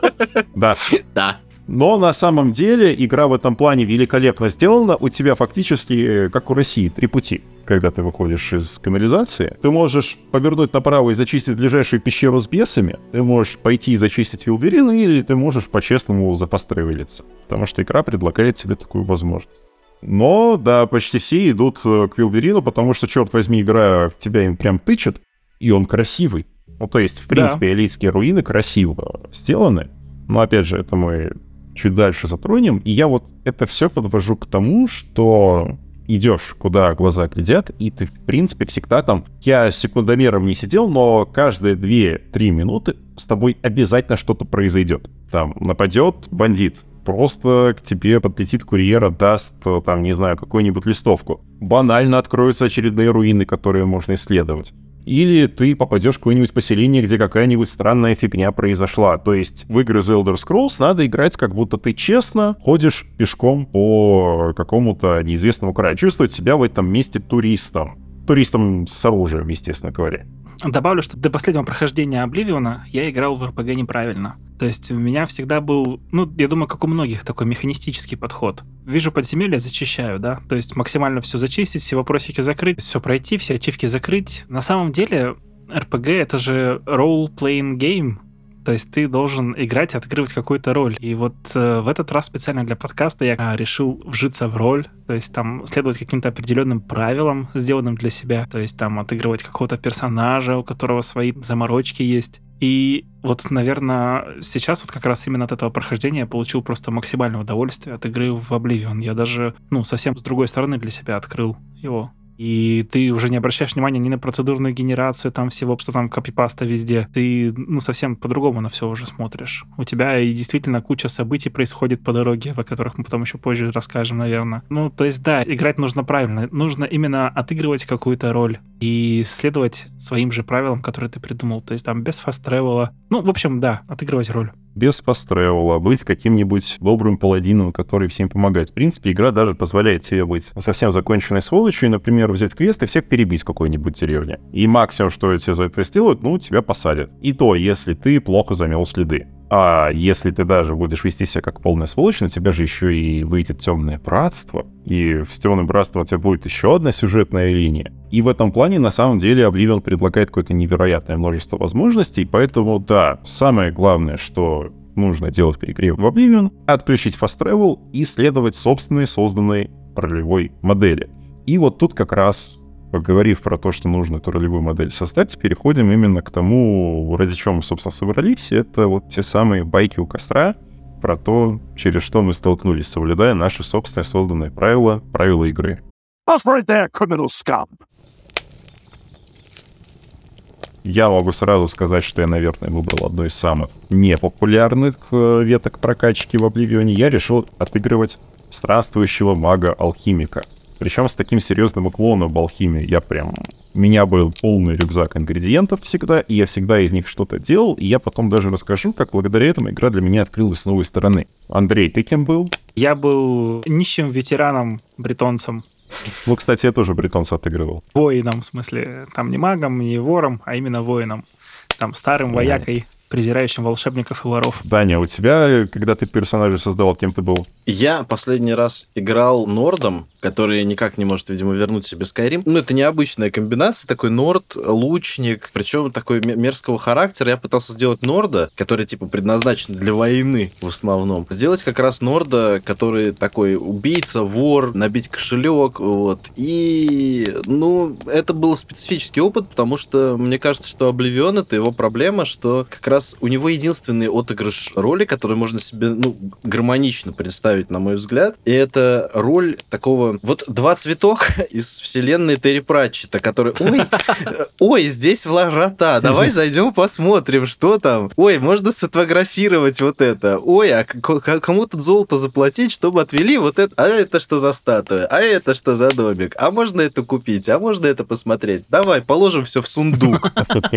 Да. Да. Но на самом деле игра в этом плане великолепно сделана. У тебя фактически, как у России, три пути. Когда ты выходишь из канализации, ты можешь повернуть направо и зачистить ближайшую пещеру с бесами, ты можешь пойти и зачистить Вилверин, или ты можешь по-честному зафастревелиться. Потому что игра предлагает тебе такую возможность. Но, да, почти все идут к Вилверину, потому что, черт возьми, игра в тебя им прям тычет, и он красивый. Ну, то есть, в принципе, да. Элитские руины красиво сделаны. Но, опять же, это мы чуть дальше затронем. И я вот это все подвожу к тому, что идешь, куда глаза глядят, и ты, в принципе, всегда там... Я секундомером не сидел, но каждые две-три минуты с тобой обязательно что-то произойдет. Там нападет бандит, просто к тебе подлетит курьер, отдаст, там, не знаю, какую-нибудь листовку. Банально откроются очередные руины, которые можно исследовать. Или ты попадешь в какое-нибудь поселение, где какая-нибудь странная фигня произошла. То есть в игры The Elder Scrolls надо играть, как будто ты честно ходишь пешком по какому-то неизвестному краю. Чувствовать себя в этом месте туристом. Туристом с оружием, естественно говоря. Добавлю, что до последнего прохождения Обливиона я играл в эр пи джи неправильно. То есть у меня всегда был, ну, я думаю, как у многих, такой механистический подход. Вижу подземелье, зачищаю, да? То есть максимально все зачистить, все вопросики закрыть, все пройти, все ачивки закрыть. На самом деле эр пи джи — это же role-playing game. То есть ты должен играть и отыгрывать какую-то роль. И вот э, в этот раз специально для подкаста я а, решил вжиться в роль, то есть там следовать каким-то определенным правилам, сделанным для себя. То есть там отыгрывать какого-то персонажа, у которого свои заморочки есть. И вот, наверное, сейчас вот как раз именно от этого прохождения я получил просто максимальное удовольствие от игры в Oblivion. Я даже, ну, совсем с другой стороны для себя открыл его. И ты уже не обращаешь внимания ни на процедурную генерацию там всего, что там копипаста везде. Ты, ну, совсем по-другому на все уже смотришь. У тебя и действительно куча событий происходит по дороге, о которых мы потом еще позже расскажем, наверное. Ну, то есть, да, играть нужно правильно. Нужно именно отыгрывать какую-то роль и следовать своим же правилам, которые ты придумал. То есть там без фаст-тревела. Ну, в общем, да, отыгрывать роль. Без фаст-тревела, быть каким-нибудь добрым паладином, который всем помогает. В принципе, игра даже позволяет тебе быть совсем законченной сволочью и, например, взять квест и всех перебить в какой-нибудь деревне. И максимум, что тебе за это сделают, ну, тебя посадят. И то, если ты плохо замел следы. А если ты даже будешь вести себя как полная сволочь, на тебя же еще и выйдет темное братство. И с темным братством у тебя будет еще одна сюжетная линия. И в этом плане, на самом деле, Oblivion предлагает какое-то невероятное множество возможностей. Поэтому, да, самое главное, что нужно делать при игре в Oblivion, отключить Fast Travel и следовать собственной созданной ролевой модели. И вот тут как раз, поговорив про то, что нужно эту ролевую модель создать, переходим именно к тому, ради чего мы, собственно, собрались. Это вот те самые байки у костра, про то, через что мы столкнулись, соблюдая наши собственные созданные правила, правила игры. Right there, criminal scum. Я могу сразу сказать, что я, наверное, выбрал одну из самых непопулярных э, веток прокачки в Обливионе. Я решил отыгрывать странствующего мага-алхимика. Причем с таким серьезным уклоном в алхимии. Я прям... У меня был полный рюкзак ингредиентов всегда, и я всегда из них что-то делал, и я потом даже расскажу, как благодаря этому игра для меня открылась с новой стороны. Андрей, ты кем был? Я был нищим ветераном, бретонцем. Ну, кстати, я тоже бретонца отыгрывал. Воином, в смысле, там не магом, не вором, а именно воином. Там старым воякой, презирающим волшебников и воров. Даня, у тебя, когда ты персонажа создавал, кем ты был? Я последний раз играл Нордом, который никак не может, видимо, вернуть себе Skyrim. Ну, это необычная комбинация, такой Норд, лучник, причем такой мерзкого характера. Я пытался сделать Норда, который, типа, предназначен для войны в основном. Сделать как раз Норда, который такой убийца, вор, набить кошелек, вот. И, ну, это был специфический опыт, потому что мне кажется, что Oblivion — это его проблема, что как раз у него единственный отыгрыш роли, который можно себе, ну, гармонично представить, на мой взгляд, и это роль такого Обливион. Вот два цветок из вселенной Терри Пратчетта, который... Ой, ой, здесь врата, давай зайдем посмотрим, что там. Ой, можно сфотографировать вот это. Ой, а кому тут золото заплатить, чтобы отвели вот это? А это что за статуя? А это что за домик? А можно это купить? А можно это посмотреть? Давай, положим все в сундук.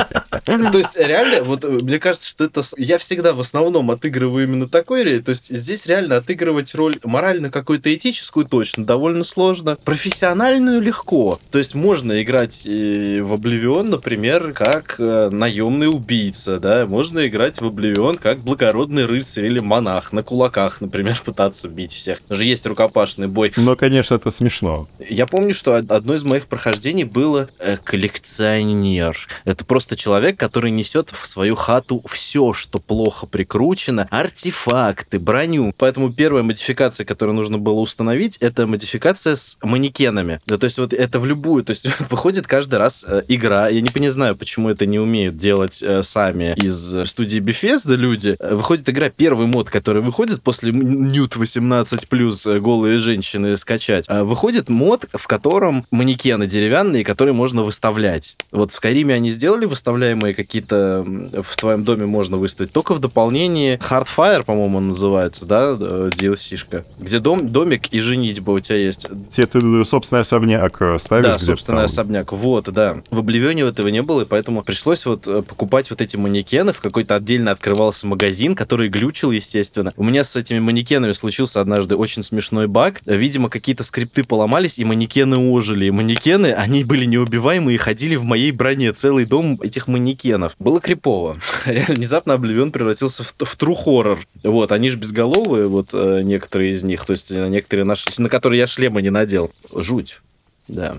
То есть, реально, вот мне кажется, что это... Я всегда в основном отыгрываю именно такой роль. То есть, здесь реально отыгрывать роль морально какую-то этическую точно довольно сложно. Профессиональную легко. То есть, можно играть в Обливион, например, как наемный убийца, да? Можно играть в Обливион как благородный рыцарь или монах. На кулаках, например, пытаться бить всех. Даже есть рукопашный бой. Но, конечно, это смешно. Я помню, что одно из моих прохождений было э, коллекционер. Это просто человек, который несет в свою хату все, что плохо прикручено, артефакты, броню. Поэтому первая модификация, которую нужно было установить, это модификация с манекенами. Да, то есть вот это в любую, то есть выходит каждый раз э, игра. Я не, не знаю, почему это не умеют делать э, сами из студии Bethesda люди. Выходит игра, первый мод, который выходит после Ньют восемнадцать плюс голые женщины скачать, выходит мод, в котором манекены деревянные, которые можно выставлять. Вот в Skyrim они сделали выставляемые какие-то... В твоем доме можно выставить. Только в дополнении Hardfire, по-моему, он называется, да, ди эл си-шка, где дом, домик и женитьба у тебя есть. Тебе ты собственный особняк ставишь? Да, собственный там особняк. Вот, да. В Обливионе этого не было, и поэтому пришлось вот покупать вот эти манекены. В какой-то отдельно открывался магазин, который глючил, естественно. У меня с этими манекенами случился однажды очень смешной баг. Видимо, какие-то скрипты поломались, и манекены ожили. И манекены, они были неубиваемые и ходили в моей броне. Целый дом этих манекенов. Было крипово. Реально, внезапно Обливион превратился в, в true horror. Вот, они же безголовые, вот некоторые из них. То есть некоторые наши, на которые я шлема не надел. Жуть. Да.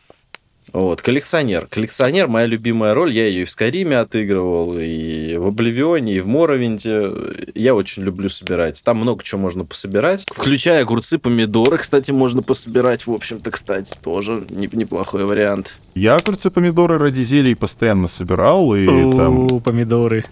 Вот, коллекционер. Коллекционер — моя любимая роль. Я ее и в Скайриме отыгрывал, и в Обливионе, и в Моровинде. Я очень люблю собирать. Там много чего можно пособирать. Включая огурцы, помидоры, кстати, можно пособирать. В общем-то, кстати, тоже неплохой вариант. Я огурцы, помидоры ради зелий постоянно собирал, и О, там... помидоры.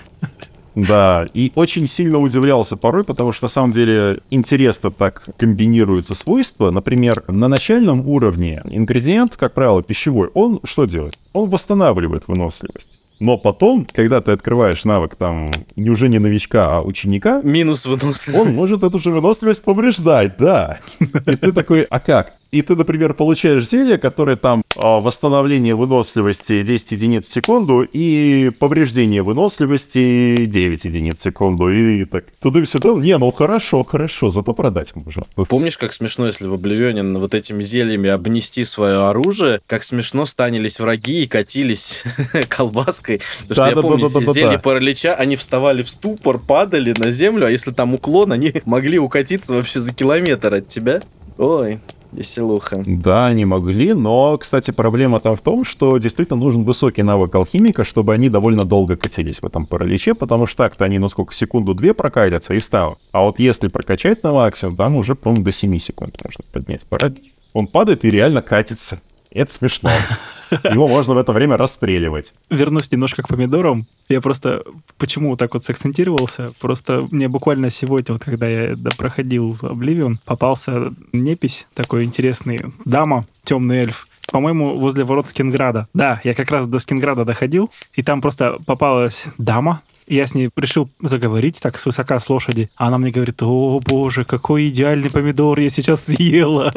Да, и очень сильно удивлялся порой, потому что на самом деле интересно так комбинируются свойства. Например, на начальном уровне ингредиент, как правило, пищевой, он что делает? Он восстанавливает выносливость. Но потом, когда ты открываешь навык там не уже не новичка, а ученика, минус выносливость, он может эту же выносливость повреждать, да. И ты такой, а как? И ты, например, получаешь зелье, которое там э, восстановление выносливости десять единиц в секунду и повреждение выносливости девять единиц в секунду. И так туда-сюда. Не, ну хорошо, хорошо, зато продать можно. Помнишь, как смешно, если в Обливионе вот этими зельями обнести свое оружие, как смешно станились враги и катились колбаской. Потому что я помню, зелье паралича, они вставали в ступор, падали на землю, а если там уклон, они могли укатиться вообще за километр от тебя. Ой... Веселуха. Да, они могли, но, кстати, проблема там в том, что действительно нужен высокий навык алхимика, чтобы они довольно долго катились в этом параличе, потому что так-то они, ну сколько, секунду-две прокатятся и встанут. А вот если прокачать на максимум, там уже, по-моему, до семи секунд можно поднять паралич. Он падает и реально катится. Это смешно. Его можно в это время расстреливать. Вернусь немножко к помидорам. Я просто почему так вот сакцентировался? Просто мне буквально сегодня, вот когда я проходил Обливион, попался непись такой интересный. Дама, темный эльф. По-моему, возле ворот Скинграда. Да, я как раз до Скинграда доходил, и там просто попалась дама. Я с ней решил заговорить так свысока с лошади. А она мне говорит: о боже, какой идеальный помидор я сейчас съела.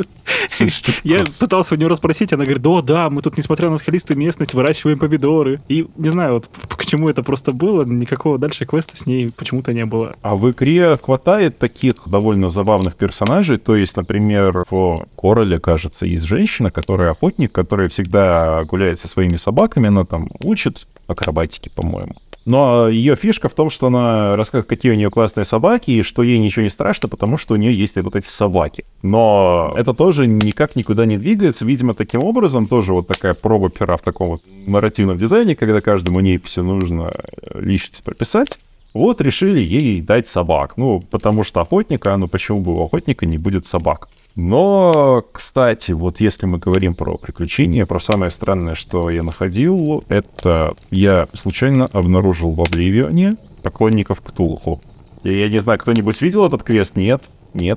Я пытался у нее расспросить, она говорит: да, да, мы тут, несмотря на скалистую местность, выращиваем помидоры. И не знаю, вот к чему это просто было, никакого дальше квеста с ней почему-то не было. А в игре хватает таких довольно забавных персонажей, то есть, например, в Короле, кажется, есть женщина, которая охотник, которая всегда гуляет со своими собаками, она там учит акробатике, по-моему. Но ее фишка в том, что она рассказывает, какие у нее классные собаки, и что ей ничего не страшно, потому что у нее есть вот эти собаки. Но это тоже никак никуда не двигается. Видимо, таким образом тоже вот такая проба пера в таком вот нарративном дизайне, когда каждому неписью нужно личность прописать. Вот решили ей дать собак. Ну, потому что охотника, ну почему бы у охотника не будет собак? Но, кстати, вот если мы говорим про приключения, про самое странное, что я находил, это я случайно обнаружил в Обливионе поклонников Ктулху. Я, я не знаю, кто-нибудь видел этот квест? Нет? Нет?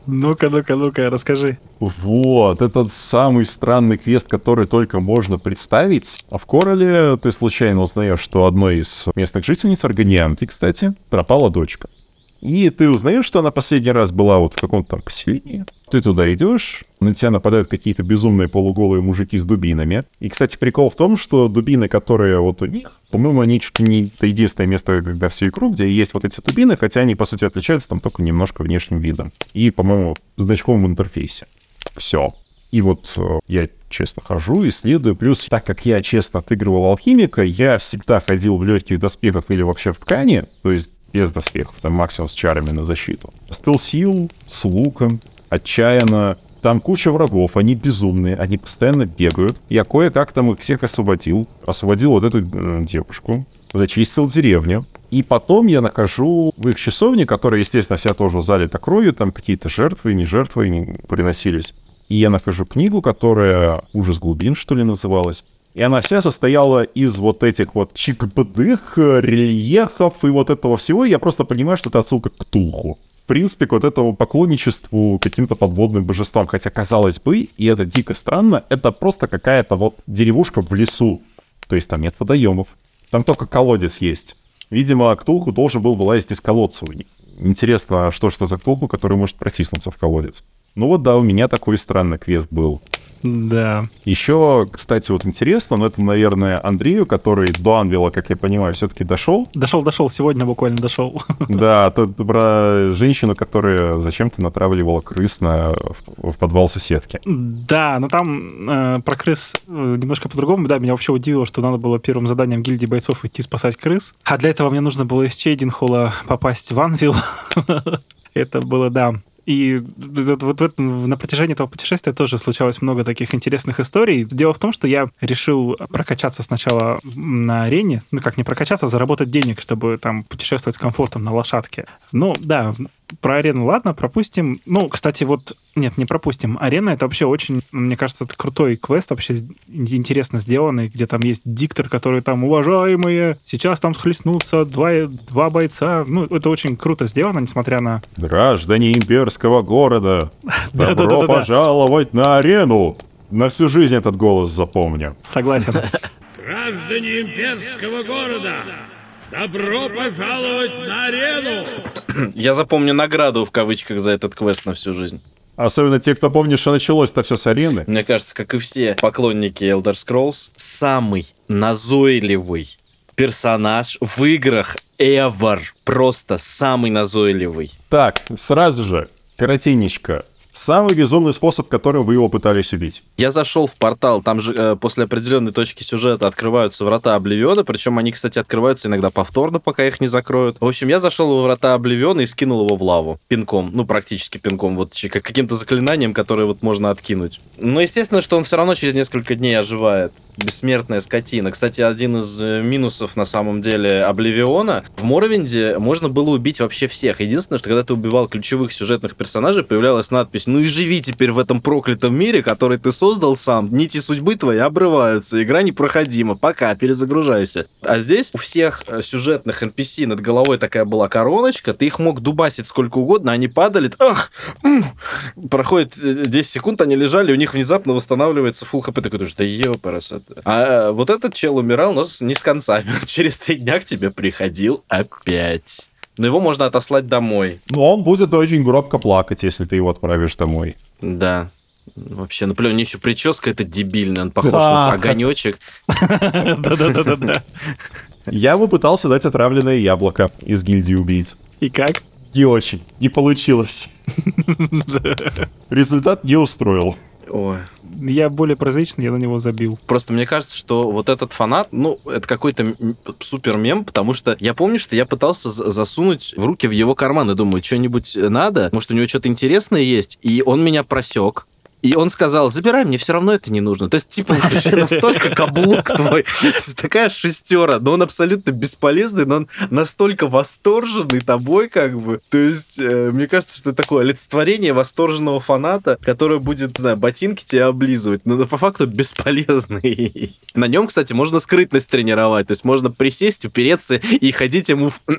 Ну-ка, ну-ка, ну-ка, расскажи. Вот, это самый странный квест, который только можно представить. А в Корале ты случайно узнаешь, что одной из местных жительниц, Органианки, кстати, пропала дочка. И ты узнаешь, что она последний раз была вот в каком-то там поселении. Ты туда идешь, на тебя нападают какие-то безумные полуголые мужики с дубинами. И, кстати, прикол в том, что дубины, которые вот у них, по-моему, они чуть ли не это единственное место, когда всю игру, где есть вот эти дубины, хотя они, по сути, отличаются там только немножко внешним видом. И, по-моему, значком в интерфейсе. Все. И вот э, я честно хожу, исследую. Плюс, так как я честно отыгрывал алхимика, я всегда ходил в легких доспехах или вообще в ткани, то есть без доспехов, там максимум с чарами на защиту. Стелсил, с луком, отчаянно. Там куча врагов, они безумные, они постоянно бегают. Я кое-как там их всех освободил. Освободил вот эту э, девушку, зачистил деревню. И потом я нахожу в их часовне, которая, естественно, вся тоже залита кровью, там какие-то жертвы, не жертвы не приносились. И я нахожу книгу, которая «Ужас глубин», что ли, называлась. И она вся состояла из вот этих вот чик-бдых, рельефов и вот этого всего. И я просто понимаю, что это отсылка к Ктулху. В принципе, к вот этому поклонничеству каким-то подводным божествам. Хотя, казалось бы, и это дико странно, это просто какая-то вот деревушка в лесу. То есть там нет водоемов. Там только колодец есть. Видимо, Ктулху должен был вылазить из колодца у них. Интересно, что что за Ктулху, который может протиснуться в колодец. Ну вот да, у меня такой странный квест был. Да. Еще, кстати, вот интересно, но это, наверное, Андрею, который до Анвила, как я понимаю, все-таки дошел. Дошел, дошел, сегодня буквально дошел. Да, тут про женщину, которая зачем-то натравливала крыс на, в, в подвал соседки. Да, но там э, про крыс э, немножко по-другому. Да, меня вообще удивило, что надо было первым заданием гильдии бойцов идти спасать крыс. А для этого мне нужно было из Чейдинхолла попасть в Анвил. Это было, да. И вот, вот, вот на протяжении этого путешествия тоже случалось много таких интересных историй. Дело в том, что я решил прокачаться сначала на арене, ну как не прокачаться, заработать денег, чтобы там путешествовать с комфортом на лошадке. Ну да, про арену ладно, пропустим. Ну, кстати, вот, нет, не пропустим. Арена — это вообще очень, мне кажется, это крутой квест, вообще интересно сделанный, где там есть диктор, который там, уважаемые, сейчас там схлестнутся два, два бойца. Ну, это очень круто сделано, несмотря на... Граждане имперского города, добро пожаловать на арену! На всю жизнь этот голос запомню. Согласен. Граждане имперского города, добро пожаловать на арену! Я запомню награду в кавычках за этот квест на всю жизнь. Особенно те, кто помнит, что началось-то все с арены. Мне кажется, как и все поклонники Elder Scrolls, самый назойливый персонаж в играх ever. Просто самый назойливый. Так, сразу же, коротенечко. Самый безумный способ, которым вы его пытались убить. Я зашел в портал, там же э, после определенной точки сюжета открываются врата Обливиона, причем они, кстати, открываются иногда повторно, пока их не закроют. В общем, я зашел во врата Обливиона и скинул его в лаву. Пинком, ну, практически пинком, вот как каким-то заклинанием, которое вот можно откинуть. Но, естественно, что он все равно через несколько дней оживает. Бессмертная скотина. Кстати, один из минусов, на самом деле, Обливиона. В Моррowind'е можно было убить вообще всех. Единственное, что когда ты убивал ключевых сюжетных персонажей, появлялась надпись: ну и живи теперь в этом проклятом мире, который ты создал сам. Нити судьбы твои обрываются. Игра непроходима. Пока, перезагружайся. А здесь у всех сюжетных эн пи си над головой такая была короночка. Ты их мог дубасить сколько угодно, они падали. Ах! Проходит десять секунд, они лежали, у них внезапно восстанавливается фулл хп. Такой, да ёпарасота. А вот этот чел умирал, но не с концами. Через три дня к тебе приходил опять. Но его можно отослать домой. Но он будет очень громко плакать, если ты его отправишь домой. Да. Вообще, ну, блин, у него еще прическа эта дебильная, он похож на огонечек. Да-да-да-да-да. Я бы пытался дать отравленное яблоко из гильдии убийц. И как? Не очень. Не получилось. Результат не устроил. Ой. Я более прозаичный, я на него забил. Просто мне кажется, что вот этот фанат, ну, это какой-то супер мем, потому что я помню, что я пытался засунуть в руки в его карман и думаю, что-нибудь надо, может, у него что-то интересное есть, и он меня просек. И он сказал, забирай, мне все равно это не нужно. То есть, типа, вообще настолько каблук твой, такая шестера, но он абсолютно бесполезный, но он настолько восторженный тобой, как бы. То есть, э, мне кажется, что это такое олицетворение восторженного фаната, который будет, не знаю, ботинки тебе облизывать, но по факту бесполезный. На нем, кстати, можно скрытность тренировать, то есть можно присесть, упереться и ходить ему в,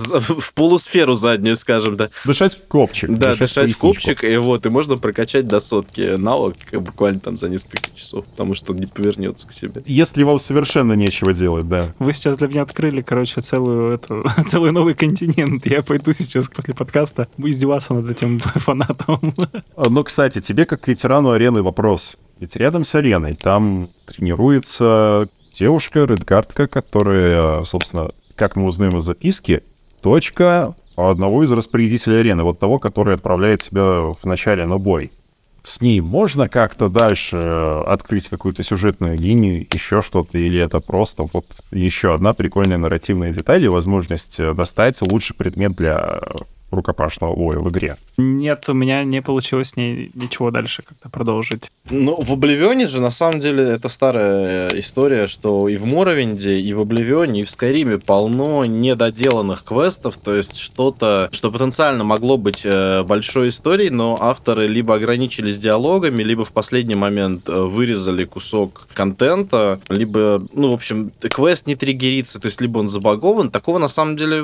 в полусферу заднюю, скажем, да. Дышать в копчик. Да, дышать, дышать в копчик, и вот, и можно прокачать до сотки навык буквально там за несколько часов, потому что он не повернется к себе. Если вам совершенно нечего делать, да. Вы сейчас для меня открыли, короче, целую эту, целый новый континент. Я пойду сейчас после подкаста издеваться над этим фанатом. Ну, кстати, тебе как ветерану арены вопрос. Ведь рядом с ареной там тренируется девушка, редгардка, которая, собственно, как мы узнаем из записки, дочка одного из распорядителей арены, вот того, который отправляет тебя в начале на бой. С ней можно как-то дальше открыть какую-то сюжетную линию, еще что-то, или это просто вот еще одна прикольная нарративная деталь и возможность достать лучший предмет для рукопашного боя в игре? Нет, у меня не получилось с ней ничего дальше как-то продолжить. Ну, в Обливионе же, на самом деле, это старая история, что и в Моровинде, и в Обливионе, и в Скайриме полно недоделанных квестов, то есть что-то, что потенциально могло быть э, большой историей, но авторы либо ограничились диалогами, либо в последний момент э, вырезали кусок контента, либо, ну, в общем, квест не триггерится, то есть либо он забагован. Такого, на самом деле,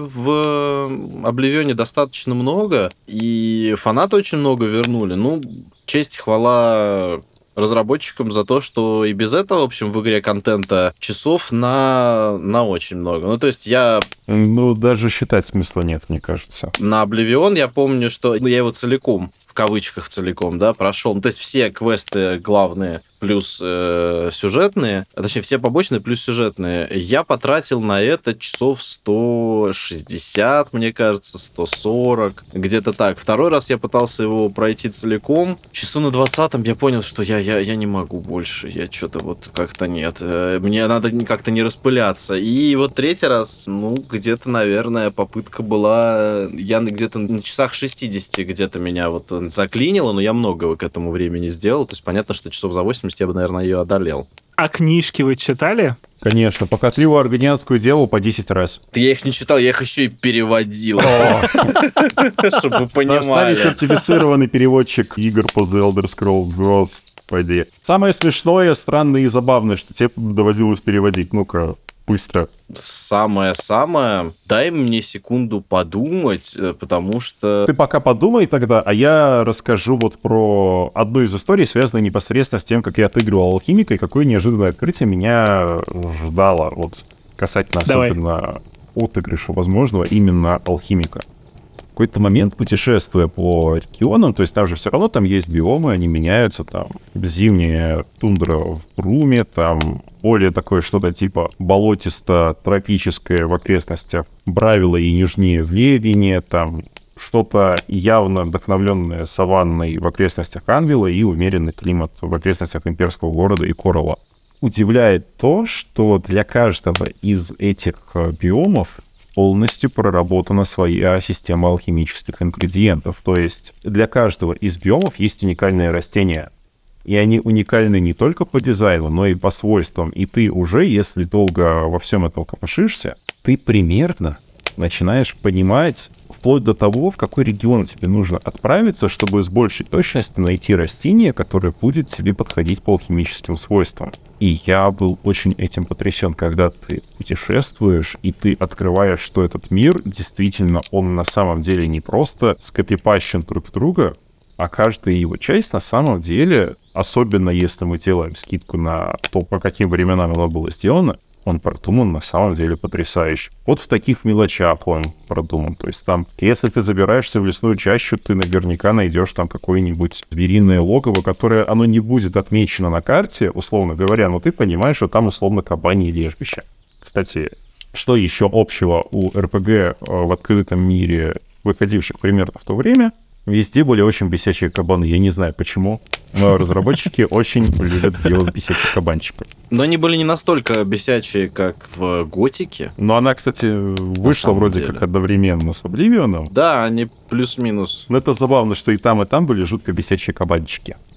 в Обливионе достаточно много, и фанаты очень много вернули. Ну, честь и хвала разработчикам за то, что и без этого, в общем, в игре контента часов на, на очень много. Ну, то есть я... Ну, даже считать смысла нет, мне кажется. На Обливион я помню, что ну, я его целиком, в кавычках целиком, да, прошел. Ну, то есть все квесты главные плюс э, сюжетные, а точнее все побочные плюс сюжетные, я потратил на это часов сто шестьдесят, мне кажется, сто сорок, где-то так. Второй раз я пытался его пройти целиком. Часу на двадцатом я понял, что я, я, я не могу больше, я что-то вот как-то нет. Мне надо как-то не распыляться. И вот третий раз, ну, где-то, наверное, попытка была... Я где-то на часах шестидесяти где-то меня вот заклинило, но я много к этому времени сделал. То есть понятно, что часов за восемьдесят я бы, наверное, ее одолел. А книжки вы читали? Конечно, по Котливу Аргонианскую делу по десять раз. Я их не читал, я их еще и переводил. Чтобы вы понимали. С нами сертифицированный переводчик игр по The Elder Scrolls, господи. Самое смешное, странное и забавное, что тебе доводилось переводить. Ну-ка, быстро. Самое-самое. Дай мне секунду подумать, потому что... Ты пока подумай тогда, а я расскажу вот про одну из историй, связанную непосредственно с тем, как я отыгрывал Алхимика, и какое неожиданное открытие меня ждало. Вот касательно Давай. особенно отыгрыша возможного именно Алхимика. В какой-то момент, путешествуя по регионам, то есть там же все равно там есть биомы, они меняются, там зимняя тундра в Бруме, там более такое что-то типа болотисто-тропическое в окрестностях Бравила и нежнее в Левине, там что-то явно вдохновленное саванной в окрестностях Анвила и умеренный климат в окрестностях имперского города и Коралла. Удивляет то, что для каждого из этих биомов полностью проработана своя система алхимических ингредиентов. То есть для каждого из биомов есть уникальные растения. И они уникальны не только по дизайну, но и по свойствам. И ты уже, если долго во всем этом копошишься, ты примерно начинаешь понимать, вплоть до того, в какой регион тебе нужно отправиться, чтобы с большей точностью найти растение, которое будет тебе подходить по алхимическим свойствам. И я был очень этим потрясен, когда ты путешествуешь, и ты открываешь, что этот мир, действительно, он на самом деле не просто скопипащен друг друга, а каждая его часть на самом деле, особенно если мы делаем скидку на то, по каким временам оно было сделано, он продуман на самом деле потрясающе. Вот в таких мелочах он продуман. То есть там, если ты забираешься в лесную чащу, ты наверняка найдешь там какое-нибудь звериное логово, которое, оно не будет отмечено на карте, условно говоря, но ты понимаешь, что там условно кабанье лежбище. Кстати, что еще общего у эр пи джи в открытом мире, выходивших примерно в то время? Везде были очень бесячие кабаны. Я не знаю почему, но разработчики очень любят делать бесячих кабанчиков. Но они были не настолько бесячие, как в Готике. Но она, кстати, вышла вроде деле. как одновременно с Обливионом. Да, они плюс-минус. Но это забавно, что и там, и там были жутко бесячие кабанчики.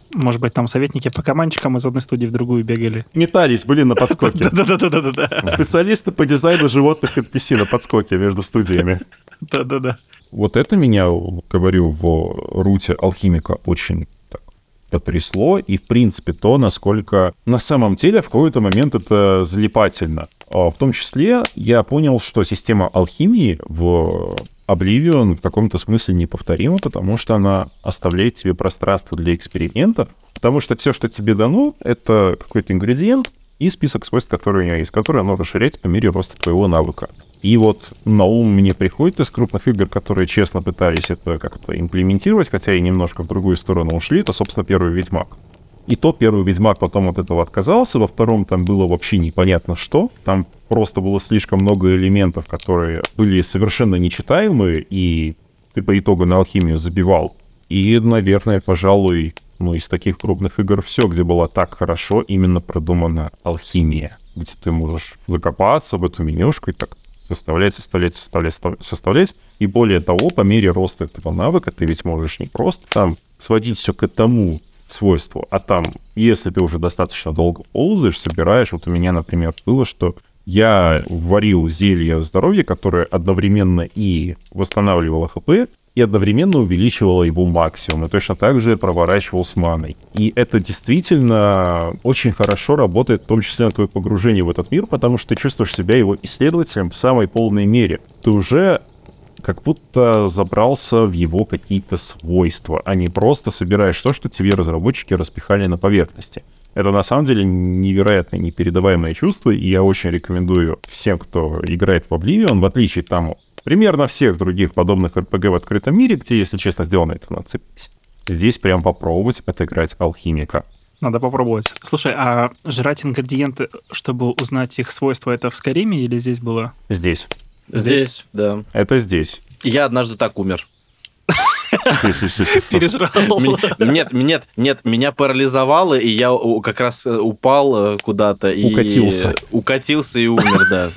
Может быть, там советники по командчикам из одной студии в другую бегали. Метались, были на подскоке. Да-да-да-да-да. Специалисты по дизайну животных эн пи си на подскоке между студиями. Да-да-да. Вот это меня, говорю, в руте алхимика очень так потрясло. И, в принципе, то, насколько на самом деле в какой-то момент это залипательно. В том числе я понял, что система алхимии в Oblivion в каком-то смысле неповторима, потому что она оставляет тебе пространство для экспериментов, потому что все, что тебе дано, это какой-то ингредиент и список свойств, которые у него есть, которые оно расширяется по мере роста твоего навыка. И вот на ум мне приходит из крупных игр, которые честно пытались это как-то имплементировать, хотя и немножко в другую сторону ушли, это, собственно, первый Ведьмак. И то первый Ведьмак потом от этого отказался, во втором там было вообще непонятно что, там просто было слишком много элементов, которые были совершенно нечитаемые, и ты по итогу на алхимию забивал. И, наверное, пожалуй, ну, из таких крупных игр все, где была так хорошо именно продумана алхимия, где ты можешь закопаться в эту менюшку и так составлять, составлять, составлять, составлять. И более того, по мере роста этого навыка ты ведь можешь не просто там сводить все к этому свойству, а там, если ты уже достаточно долго ползаешь, собираешь, вот у меня, например, было, что я варил зелье здоровья, которое одновременно и восстанавливало ХП, и одновременно увеличивало его максимум, и точно так же проворачивал с маной. И это действительно очень хорошо работает, в том числе на твое погружение в этот мир, потому что ты чувствуешь себя его исследователем в самой полной мере. Ты уже как будто забрался в его какие-то свойства, а не просто собираешь то, что тебе разработчики распихали на поверхности. Это на самом деле невероятно непередаваемое чувство, и я очень рекомендую всем, кто играет в Oblivion, в отличие там примерно всех других подобных эр пи джи в открытом мире, где, если честно, сделано это на цепись, здесь прям попробовать отыграть алхимика. Надо попробовать. Слушай, а жрать ингредиенты, чтобы узнать их свойства, это в Скайриме или здесь было? Здесь. Здесь, да. Это здесь. Я однажды так умер. Пережрал. Нет, нет, нет, меня парализовало, и я как раз упал куда-то. И укатился. Укатился и умер, да.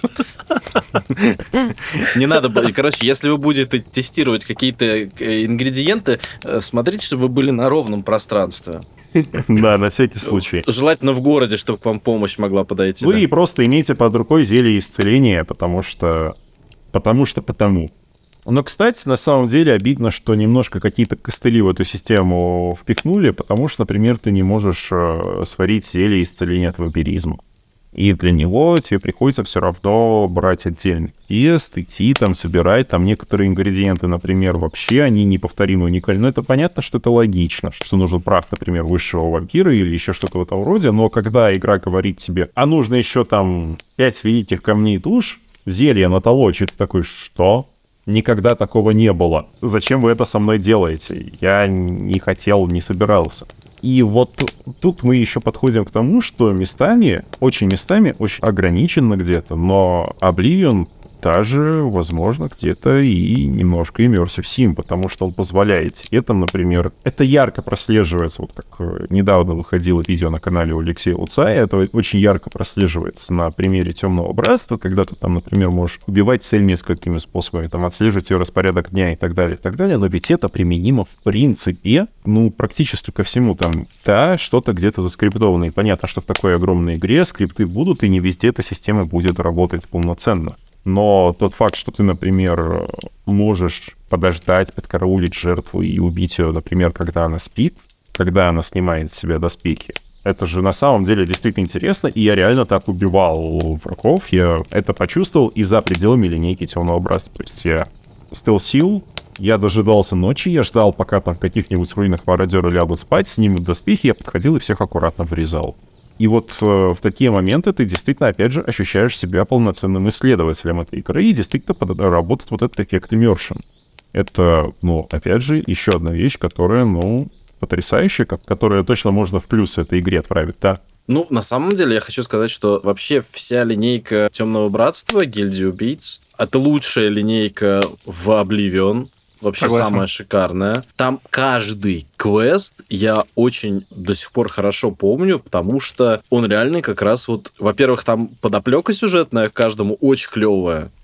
Не надо было. Короче, если вы будете тестировать какие-то ингредиенты, смотрите, чтобы вы были на ровном пространстве. Да, на всякий случай. Желательно в городе, чтобы к вам помощь могла подойти. Вы да. и просто имейте под рукой зелье исцеления, потому что... Потому что потому. Но, кстати, на самом деле обидно, что немножко какие-то костыли в эту систему впихнули, потому что, например, ты не можешь э, сварить зелье исцеления от вампиризма. И для него тебе приходится все равно брать отдельный квест, идти там, собирать там некоторые ингредиенты, например, вообще они неповторимы, уникальны. Но это понятно, что это логично, что нужен прах, например, высшего вампира или еще что-то в этом роде, но когда игра говорит тебе, а нужно еще там пять великих камней душ, зелье натолочит, ты такой, что? Никогда такого не было. Зачем вы это со мной делаете? Я не хотел, не собирался. И вот тут мы еще подходим к тому, что местами, очень местами, очень ограниченно где-то, но Oblivion даже, возможно, где-то и немножко immersive sim, потому что он позволяет тебе там, например, это ярко прослеживается, вот как недавно выходило видео на канале у Алексея Луцая, это очень ярко прослеживается на примере Темного Братства, когда ты там, например, можешь убивать цель несколькими способами, там, отслеживать ее распорядок дня и так далее, и так далее, но ведь это применимо в принципе, ну, практически ко всему, там, да, что-то где-то заскриптовано, и понятно, что в такой огромной игре скрипты будут, и не везде эта система будет работать полноценно. Но тот факт, что ты, например, можешь подождать, подкараулить жертву и убить ее, например, когда она спит, когда она снимает с себя доспехи, это же на самом деле действительно интересно, и я реально так убивал врагов, я это почувствовал и за пределами линейки Темного Братства. То есть я стелсил, я дожидался ночи, я ждал, пока там в каких-нибудь руинах мародеры лягут спать, снимут доспехи, я подходил и всех аккуратно вырезал. И вот э, в такие моменты ты действительно, опять же, ощущаешь себя полноценным исследователем этой игры, и действительно под... работает вот этот эффект immersion. Это, ну, опять же, еще одна вещь, которая, ну, потрясающая, которая точно можно в плюс этой игре отправить, да? Ну, на самом деле, я хочу сказать, что вообще вся линейка Темного Братства, Гильдии Убийц, это лучшая линейка в Oblivion. Вообще Согласен. Самая шикарная. Там каждый квест я очень до сих пор хорошо помню, потому что он реально как раз вот... Во-первых, там подоплека сюжетная к каждому очень клевая.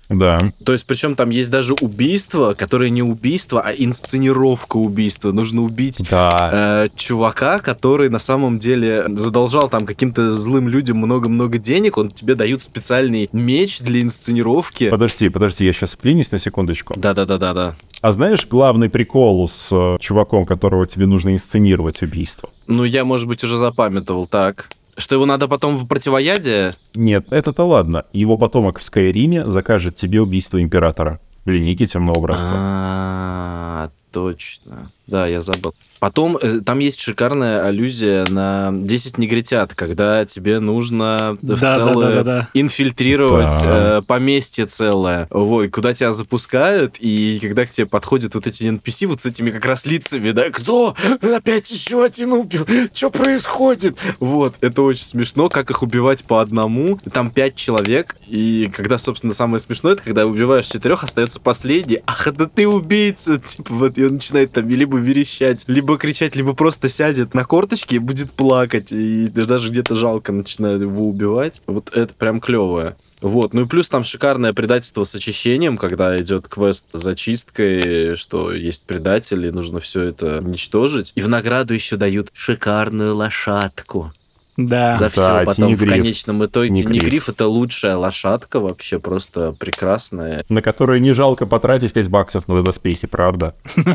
Да. То есть, причем там есть даже убийство, которое не убийство, а инсценировка убийства. Нужно убить Да. э, чувака, который на самом деле задолжал там каким-то злым людям много-много денег, он тебе дают специальный меч для инсценировки. Подожди, подожди, я сейчас вклинюсь на секундочку. Да-да-да-да-да. А знаешь главный прикол с э, чуваком, которого тебе нужно инсценировать убийство? Ну, я, может быть, уже запамятовал, так. Что его надо потом в противоядие? Нет, это-то ладно. Его потомок в Скайриме закажет тебе убийство императора в линейке Темного Братства. А, точно. Да, я забыл. Потом э, там есть шикарная аллюзия на десять негритят, когда тебе нужно в Да, целое да, да, да, да. инфильтрировать Да. э, поместье целое. Вот, куда тебя запускают, и когда к тебе подходят вот эти эн пи си вот с этими как раз лицами, да, кто? Опять еще один убил? Что происходит? Вот, это очень смешно, как их убивать по одному. Там пять человек, и когда, собственно, самое смешное, это когда убиваешь четырех, остается последний. Ах, это ты убийца! Типа вот, и он начинает там либо верещать, либо кричать, либо просто сядет на корточки и будет плакать, и даже где-то жалко начинает его убивать. Вот это прям клевое. Вот, ну и плюс там шикарное предательство с очищением, когда идет квест с зачисткой, что есть предатели, нужно все это уничтожить. И в награду еще дают шикарную лошадку. Да. За все. Да, Потом Тинегриф. в конечном итоге Тинегриф. Тинегриф — это лучшая лошадка, вообще просто прекрасная. На которые не жалко потратить пять баксов на доспехи, правда?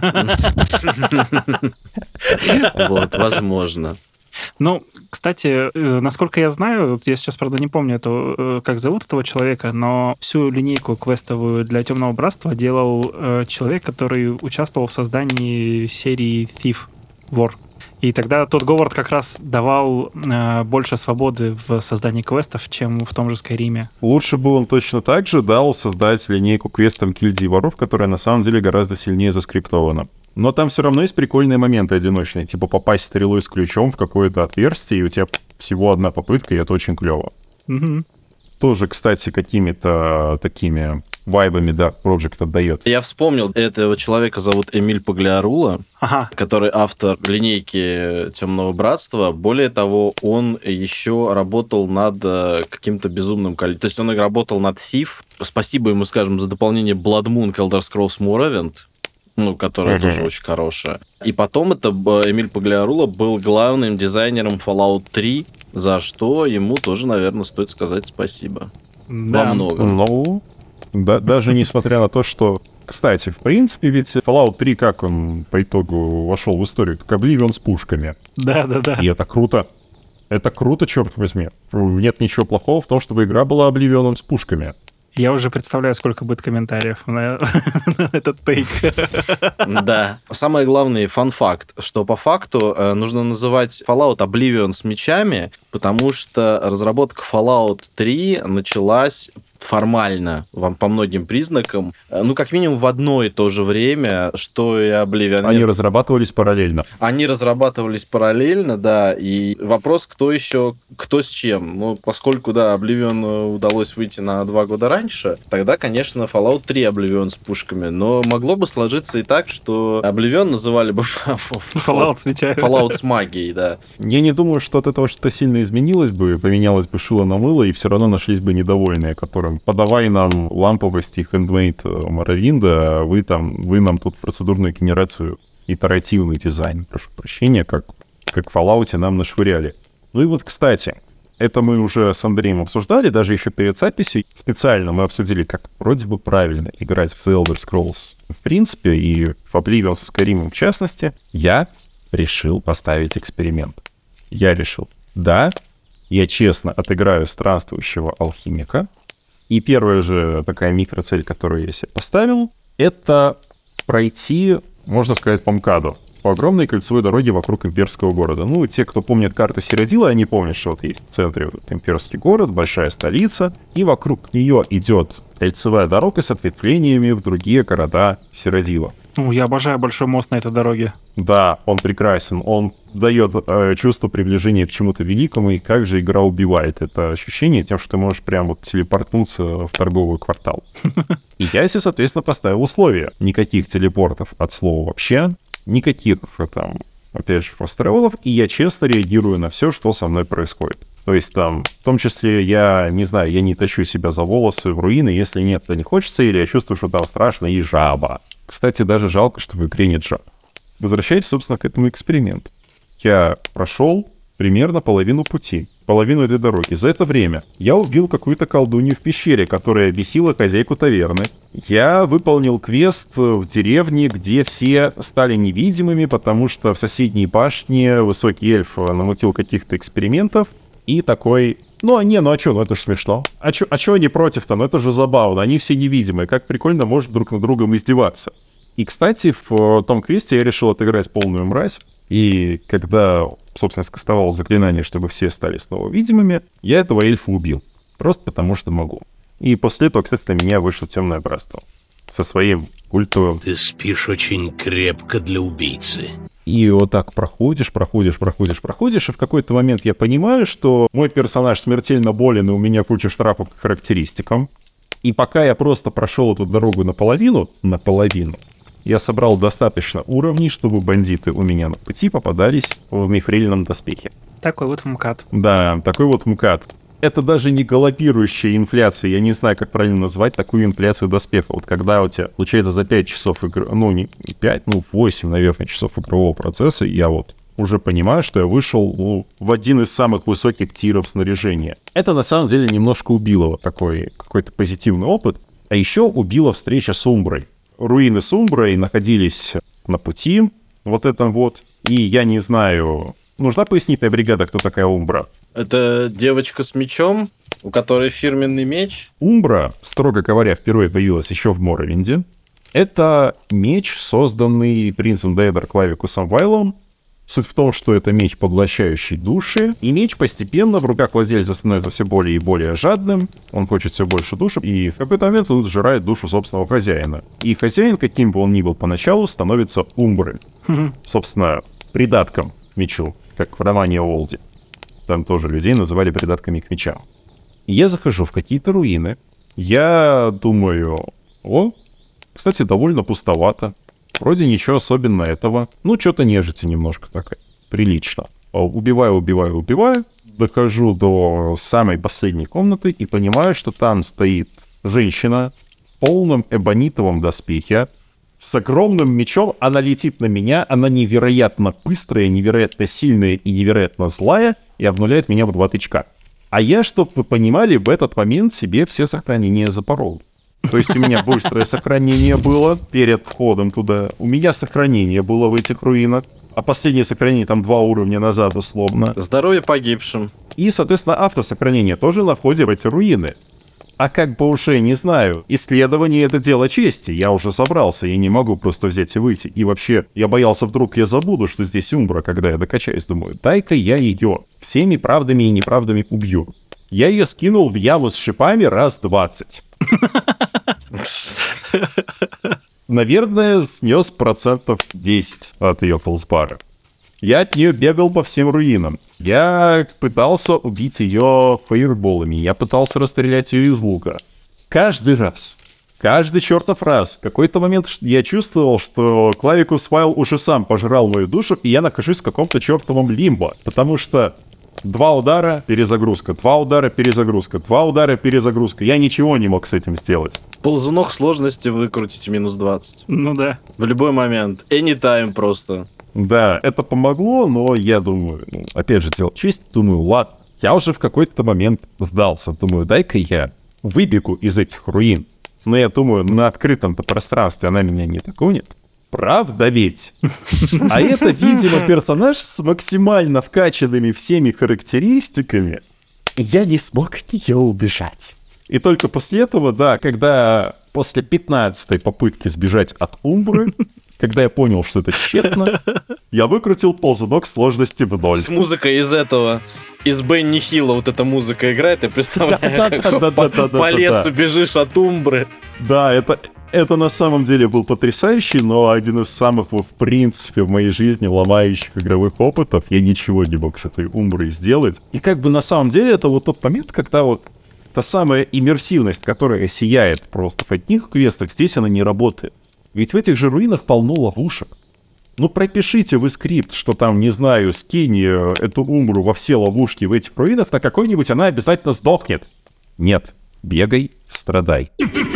Вот, возможно. Ну, кстати, э, насколько я знаю, вот я сейчас, правда, не помню, это, э, как зовут этого человека, но всю линейку квестовую для Темного Братства делал э, человек, который участвовал в создании серии Thief War. И тогда тот Говард как раз давал э, больше свободы в создании квестов, чем в том же Скайриме. Лучше бы он точно так же дал создать линейку квестов гильдии воров, которая на самом деле гораздо сильнее заскриптована. Но там все равно есть прикольные моменты одиночные, типа попасть стрелой с ключом в какое-то отверстие, и у тебя всего одна попытка, и это очень клево. Мгм. Тоже, кстати, какими-то такими вайбами Dark Project отдает. Я вспомнил, этого человека зовут Эмиль Паглиарула, Ага. который автор линейки Темного Братства. Более того, он еще работал над э, каким-то безумным количеством. То есть он и работал над Сиф. Спасибо ему, скажем, за дополнение Blood Moon к Elder Scrolls Morrowind, ну, которая Мгм. тоже очень хорошая. И потом это э, Эмиль Паглиарула был главным дизайнером Fallout три, за что ему тоже, наверное, стоит сказать спасибо. Да. Во многом. Ну, да, даже несмотря на то, что... Кстати, в принципе, ведь Fallout три, как он по итогу вошел в историю? Как Oblivion с пушками. Да, да, да. И это круто. Это круто, черт возьми. Нет ничего плохого в том, чтобы игра была Oblivion с пушками. Я уже представляю, сколько будет комментариев на на этот тейк. Да. Самое главное, фан-факт, что по факту э, нужно называть Fallout Oblivion с мечами, потому что разработка Fallout три началась формально, вам по многим признакам, э, ну, как минимум в одно и то же время, что и Oblivion. Они разрабатывались параллельно. Они разрабатывались параллельно, да, и вопрос, кто еще, кто с чем. Ну, поскольку, да, Oblivion удалось выйти на два года раньше, тогда, конечно, Fallout три Oblivion с пушками, но могло бы сложиться и так, что Oblivion называли бы Fallout с мечами. Fallout с магией, да. Я не думаю, что от этого что-то сильно изменилось бы, поменялось бы шило на мыло, и все равно нашлись бы недовольные, которым подавай нам ламповость и хендмейд Моровинда, а вы там, вы нам тут процедурную генерацию, итеративный дизайн, прошу прощения, как, как в Fallout нам нашвыряли. Ну и вот, кстати, это мы уже с Андреем обсуждали, даже еще перед записью. Специально мы обсудили, как вроде бы правильно играть в The Elder Scrolls в принципе, и в Oblivion со Skyrim в частности. Я решил поставить эксперимент. Я решил, да, я честно отыграю странствующего алхимика. И первая же такая микроцель, которую я себе поставил, это пройти, можно сказать, по МКАДу, по огромной кольцевой дороге вокруг имперского города. Ну, те, кто помнит карту Сиродила, они помнят, что вот есть в центре вот этот имперский город, большая столица, и вокруг нее идет кольцевая дорога с ответвлениями в другие города Сиродила. Ну, я обожаю большой мост на этой дороге. Да, он прекрасен, он дает э, чувство приближения к чему-то великому, и как же игра убивает это ощущение тем, что ты можешь прям вот телепортнуться в торговый квартал. И я себе, соответственно, поставил условия. Никаких телепортов от слова вообще, никаких там, опять же, фаст-тревелов, и я честно реагирую на все, что со мной происходит. То есть там, в том числе, я не знаю, я не тащу себя за волосы в руины, если нет, то не хочется, или я чувствую, что там страшно, и жаба. Кстати, даже жалко, что в игре нет жаб. Возвращаясь, собственно, к этому эксперименту. Я прошел примерно половину пути, половину этой дороги. За это время я убил какую-то колдунью в пещере, которая бесила хозяйку таверны. Я выполнил квест в деревне, где все стали невидимыми, потому что в соседней башне высокий эльф намутил каких-то экспериментов. И такой, ну, не, ну а чё, ну это ж смешно. А чё, а чё они против-то? Ну это же забавно, они все невидимые, как прикольно может друг над другом издеваться. И, кстати, в том квесте я решил отыграть полную мразь. И когда, собственно, скастовал заклинание, чтобы все стали снова видимыми, я этого эльфа убил. Просто потому что могу. И после этого, кстати, на меня вышло темное братство. Со своим культовым... Ты спишь очень крепко для убийцы. И вот так проходишь, проходишь, проходишь, проходишь, и в какой-то момент я понимаю, что мой персонаж смертельно болен, и у меня куча штрафов к характеристикам. И пока я просто прошел эту дорогу наполовину, наполовину, я собрал достаточно уровней, чтобы бандиты у меня на пути попадались в мифрильном доспехе. Такой вот МКАД. Да, такой вот МКАД. Это даже не галопирующая инфляция, я не знаю, как правильно назвать такую инфляцию доспеха. Вот когда у тебя получается за пять часов игры, ну не пять, ну восемь, наверное, часов игрового процесса, я вот уже понимаю, что я вышел ну, в один из самых высоких тиров снаряжения. Это на самом деле немножко убило вот такой какой-то позитивный опыт, а еще убила встреча с Умброй. Руины с Умброй находились на пути, вот этом вот, и я не знаю, нужна пояснительная бригада, кто такая Умбра? Это девочка с мечом, у которой фирменный меч? Умбра, строго говоря, впервые появилась еще в Моровинде. Это меч, созданный принцем Дейдер Клавикусом Вайлом. Суть в том, что это меч, поглощающий души, и меч постепенно в руках владельца становится все более и более жадным, он хочет все больше души, и в какой-то момент он сжирает душу собственного хозяина. И хозяин, каким бы он ни был поначалу, становится Умброй. Собственно, придатком к мечу, как в романе Олди. Там тоже людей называли придатками к мечам. И я захожу в какие-то руины, я думаю, о, кстати, довольно пустовато. Вроде ничего особенного этого. Ну, что-то нежити немножко такая. Прилично. Убиваю, убиваю, убиваю. Дохожу до самой последней комнаты и понимаю, что там стоит женщина в полном эбонитовом доспехе с огромным мечом. Она летит на меня. Она невероятно быстрая, невероятно сильная и невероятно злая. И обнуляет меня в два тычка. А я, чтобы вы понимали, в этот момент себе все сохранения запорол. То есть у меня быстрое сохранение было перед входом туда. У меня сохранение было в этих руинах. А последнее сохранение там два уровня назад условно. Здоровье погибшим. И, соответственно, автосохранение тоже на входе в эти руины. А как бы уже, не знаю, исследование — это дело чести. Я уже собрался, я не могу просто взять и выйти. И вообще, я боялся, вдруг я забуду, что здесь Умбра, когда я докачаюсь. Думаю, дай-ка я ее всеми правдами и неправдами убью. Я ее скинул в яму с шипами раз двадцать. Наверное, снес процентов десять от ее фолспара. Я от нее бегал по всем руинам. Я пытался убить ее фейерболами. Я пытался расстрелять ее из лука. Каждый раз. Каждый чертов раз. В какой-то момент я чувствовал, что Клавикус Вайл уже сам пожрал мою душу, и я нахожусь в каком-то чертовом лимбо. Потому что два удара, перезагрузка, два удара, перезагрузка, два удара, перезагрузка. Я ничего не мог с этим сделать. Ползунок сложности выкрутить в минус двадцать. Ну да. В любой момент. Anytime просто. Да, это помогло, но я думаю, ну, опять же, дело честь, думаю, ладно, я уже в какой-то момент сдался. Думаю, дай-ка я выбегу из этих руин. Но я думаю, на открытом-то пространстве она меня не догонит. Правда ведь? А это, видимо, персонаж с максимально вкачанными всеми характеристиками. Я не смог от нее убежать. И только после этого, да, когда после пятнадцатой попытки сбежать от Умбры, когда я понял, что это тщетно, я выкрутил ползунок сложности в ноль. С музыкой из этого, из Бенни Хилла вот эта музыка играет, я представляю, как по лесу бежишь от Умбры. Да, это... Это на самом деле был потрясающий, но один из самых, в принципе, в моей жизни ломающих игровых опытов. Я ничего не мог с этой Умброй сделать. И как бы на самом деле это вот тот момент, когда вот та самая иммерсивность, которая сияет просто в одних квестах, здесь она не работает. Ведь в этих же руинах полно ловушек. Ну, пропишите вы скрипт, что там, не знаю, скинь эту умбру во все ловушки в этих руинах, на какой-нибудь она обязательно сдохнет. Нет, бегай, страдай.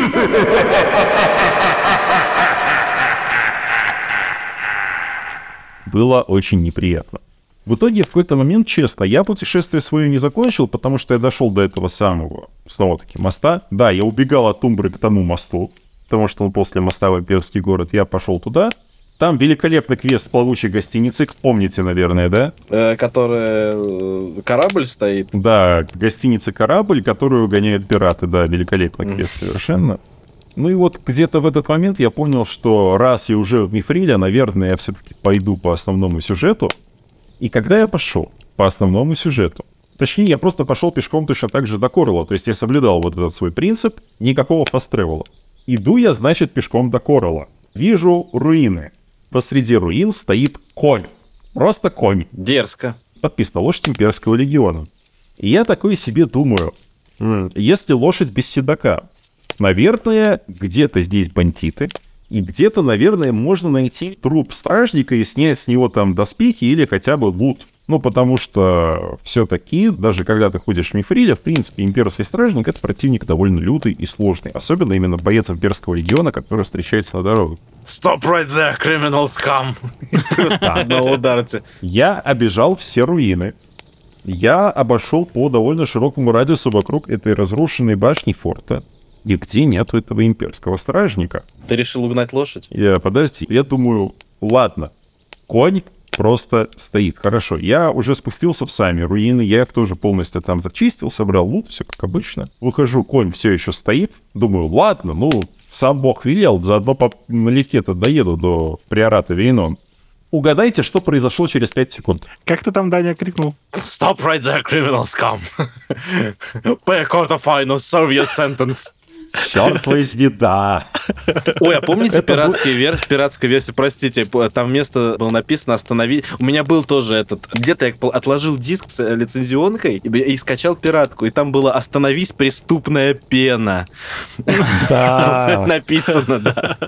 Было очень неприятно. В итоге, в какой-то момент, честно, я путешествие свое не закончил, потому что я дошел до этого самого, снова-таки, моста. Да, я убегал от Умбры к тому мосту, потому что ну, после моста в Имперский город я пошел туда. Там великолепный квест с плавучей гостиницей, помните, наверное, да? Э, которая... э, корабль стоит. Да, гостиница «Корабль», которую гоняют пираты, да, великолепный квест совершенно. Ну и вот где-то в этот момент я понял, что раз я уже в Мифриле, наверное, я все-таки пойду по основному сюжету. И когда я пошел по основному сюжету, точнее, я просто пошел пешком точно так же до Коралла, то есть я соблюдал вот этот свой принцип, никакого фаст-тревела. Иду я, значит, пешком до Коралла. Вижу руины. Посреди руин стоит конь. Просто конь. Дерзко. Подписано лошадь Имперского легиона. И я такой себе думаю, м- если лошадь без седока, наверное, где-то здесь бандиты, и где-то, наверное, можно найти труп стражника и снять с него там доспехи или хотя бы лут. Ну, потому что все-таки, даже когда ты ходишь в Мифриле, в принципе, имперский стражник — это противник довольно лютый и сложный. Особенно именно боец Имперского легиона, который встречается на дороге. Stop right there, criminal scum! Просто на ударте. Я обежал все руины. Я обошел по довольно широкому радиусу вокруг этой разрушенной башни форта, и где нету этого имперского стражника. Ты решил угнать лошадь? Я, подожди, я думаю, ладно, конь просто стоит. Хорошо, я уже спустился в сами руины, я их тоже полностью там зачистил, собрал лут, все как обычно. Выхожу, конь все еще стоит. Думаю, ладно, ну, сам бог велел, заодно по налегке-то доеду до приората Вейнон. Угадайте, что произошло через пять секунд. Как ты там, Даня, крикнул? Stop right there, criminal scum! Pay a court of fine or serve your sentence. Черт возьми, да. Ой, а помните пиратские вер... пиратская версия, простите, там место было написано «Останови». У меня был тоже этот... Где-то я отложил диск с лицензионкой и, и скачал пиратку, и там было «Остановись, преступная пена». Да. Написано, да.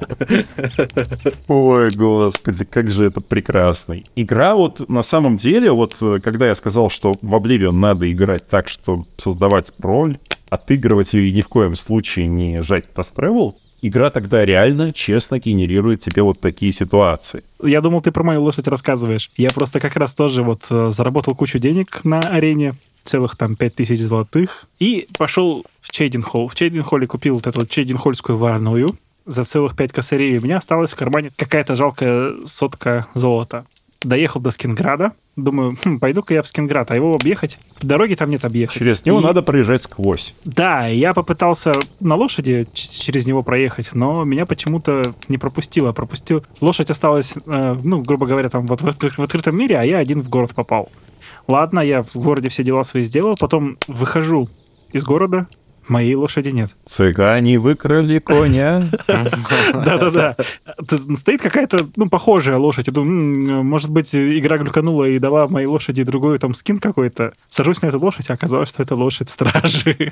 Ой, господи, как же это прекрасно. Игра вот на самом деле, вот когда я сказал, что в Oblivion надо играть так, чтобы создавать роль, отыгрывать ее и ни в коем случае не жать fast-travel, игра тогда реально, честно генерирует тебе вот такие ситуации. Я думал, ты про мою лошадь рассказываешь. Я просто как раз тоже вот э, заработал кучу денег на арене, целых там пять тысяч золотых, и пошел в Чейденхолл. В Чейденхолле купил вот эту вот Чейденхольскую вороную за целых пять косарей. У меня осталась в кармане какая-то жалкая сотка золота. Доехал до Скинграда. Думаю, хм, пойду-ка я в Скинград, а его объехать? Дороги там нет объехать. Через него и... надо проезжать сквозь. Да, я попытался на лошади через него проехать, но меня почему-то не пропустило. Пропустил. Лошадь осталась, э, ну, грубо говоря, там вот в, в открытом мире, а я один в город попал. Ладно, я в городе все дела свои сделал, потом выхожу из города, моей лошади нет. Цыгане выкрали коня. Да-да-да. Стоит какая-то, ну, похожая лошадь. Я думаю, может быть, игра глюканула и дала моей лошади другой там скин какой-то. Сажусь на эту лошадь, а оказалось, что это лошадь стражи.